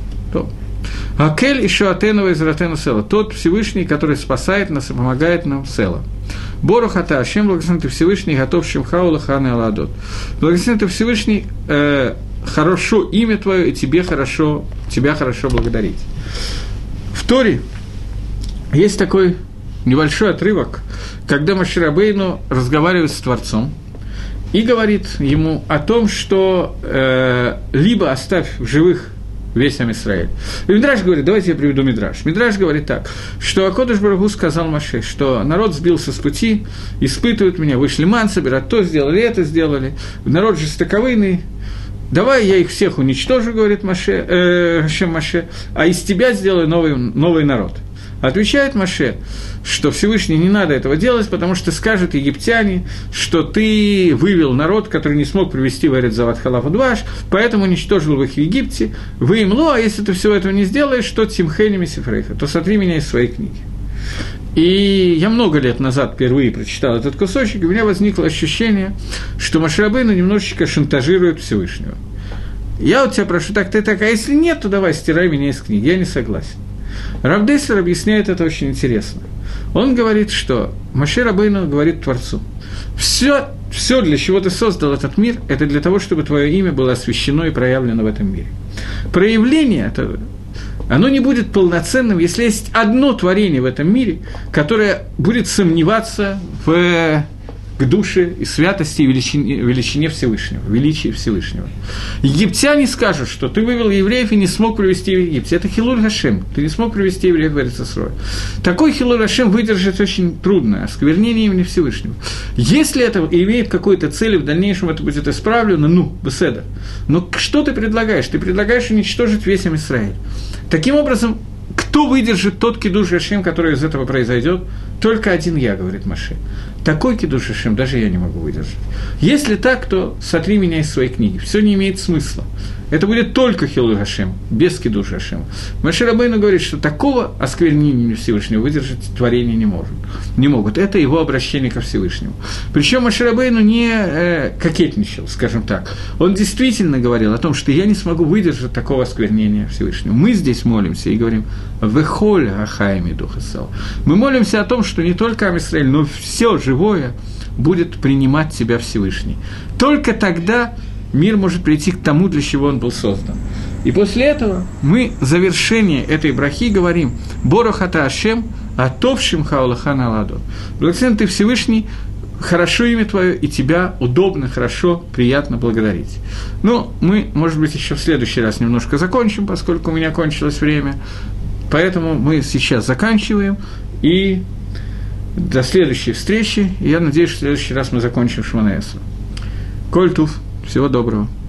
«Акель ишо атенова из ратена Села». Тот Всевышний, который спасает нас и помогает нам, Села. Борух ата Ашем, благословен ты Всевышний, готов шимха улаханы аладот. Благословен ты Всевышний, э, хорошо имя твое, и тебе хорошо, тебя хорошо благодарить. В Торе есть такой небольшой отрывок, когда Моше Рабейну разговаривает с Творцом и говорит ему о том, что э, либо оставь в живых весь Ам Исраэль. И Мидраш говорит, давайте я приведу Мидраш. Мидраш говорит так, что Акодыш Барух Ху сказал Моше, что народ сбился с пути, испытывают меня, вышли ман собирать, то сделали, это сделали, народ жестоковыйный, давай я их всех уничтожу, говорит Моше, э, Моше, а из тебя сделаю новый, новый народ. Отвечает Моше, что Всевышний не надо этого делать, потому что скажут египтяне, что ты вывел народ, который не смог привести в Эрец Зават Халав Удваш, поэтому уничтожил их в Египте, вы им ло, а если ты всего этого не сделаешь, то тимхени мисифрейха, то сотри меня из своей книги. И я много лет назад впервые прочитал этот кусочек, и у меня возникло ощущение, что Моше Рабейну немножечко шантажирует Всевышнего. Я у тебя прошу, так ты так, а если нет, то давай стирай меня из книги, я не согласен. Рав Дессер объясняет это очень интересно. Он говорит, что Моше Рабейну говорит Творцу, все, все, для чего ты создал этот мир, это для того, чтобы твое имя было освящено и проявлено в этом мире. Проявление этого, оно не будет полноценным, если есть одно творение в этом мире, которое будет сомневаться в к душе и святости и величине, величине Всевышнего, величии Всевышнего. Египтяне скажут, что ты вывел евреев и не смог привести в Египет. Это Хилуль Гашем, ты не смог привести евреев в Эрец Исроэль. Такой Хилуль Гашем выдержать очень трудно, осквернение имени Всевышнего. Если это имеет какую-то цель, и в дальнейшем это будет исправлено, ну, беседа. Но что ты предлагаешь? Ты предлагаешь уничтожить весь Ам Исраэль. Таким образом, кто выдержит тот кидуш Гашем, который из этого произойдет? Только один я, говорит Моше. Такой кидуш Ашем даже я не могу выдержать. Если так, то сотри меня из своей книги. Все не имеет смысла. Это будет только Хилуль Ашем, без кидуш Ашем. Моше Рабейну говорит, что такого осквернения Всевышнего выдержать творение не может, не могут. Это его обращение ко Всевышнему. Причем Моше Рабейну не э, кокетничал, скажем так. Он действительно говорил о том, что я не смогу выдержать такого осквернения Всевышнего. Мы здесь молимся и говорим «Вехоль ахайми духа сел». Мы молимся о том, что не только Ам Исраэль, но все живое будет принимать тебя Всевышний. Только тогда мир может прийти к тому, для чего он был создан. И после этого мы в завершении этой брахи говорим «Борух ата Ашем, атовшим хаулахан аладо». Благословен ты Всевышний, хорошо имя твое, и тебя удобно, хорошо, приятно благодарить. Ну, мы, может быть, еще в следующий раз немножко закончим, поскольку у меня кончилось время. Поэтому мы сейчас заканчиваем, и до следующей встречи. Я надеюсь, что в следующий раз мы закончим Шмона Эсра. Коль тув. Всего доброго.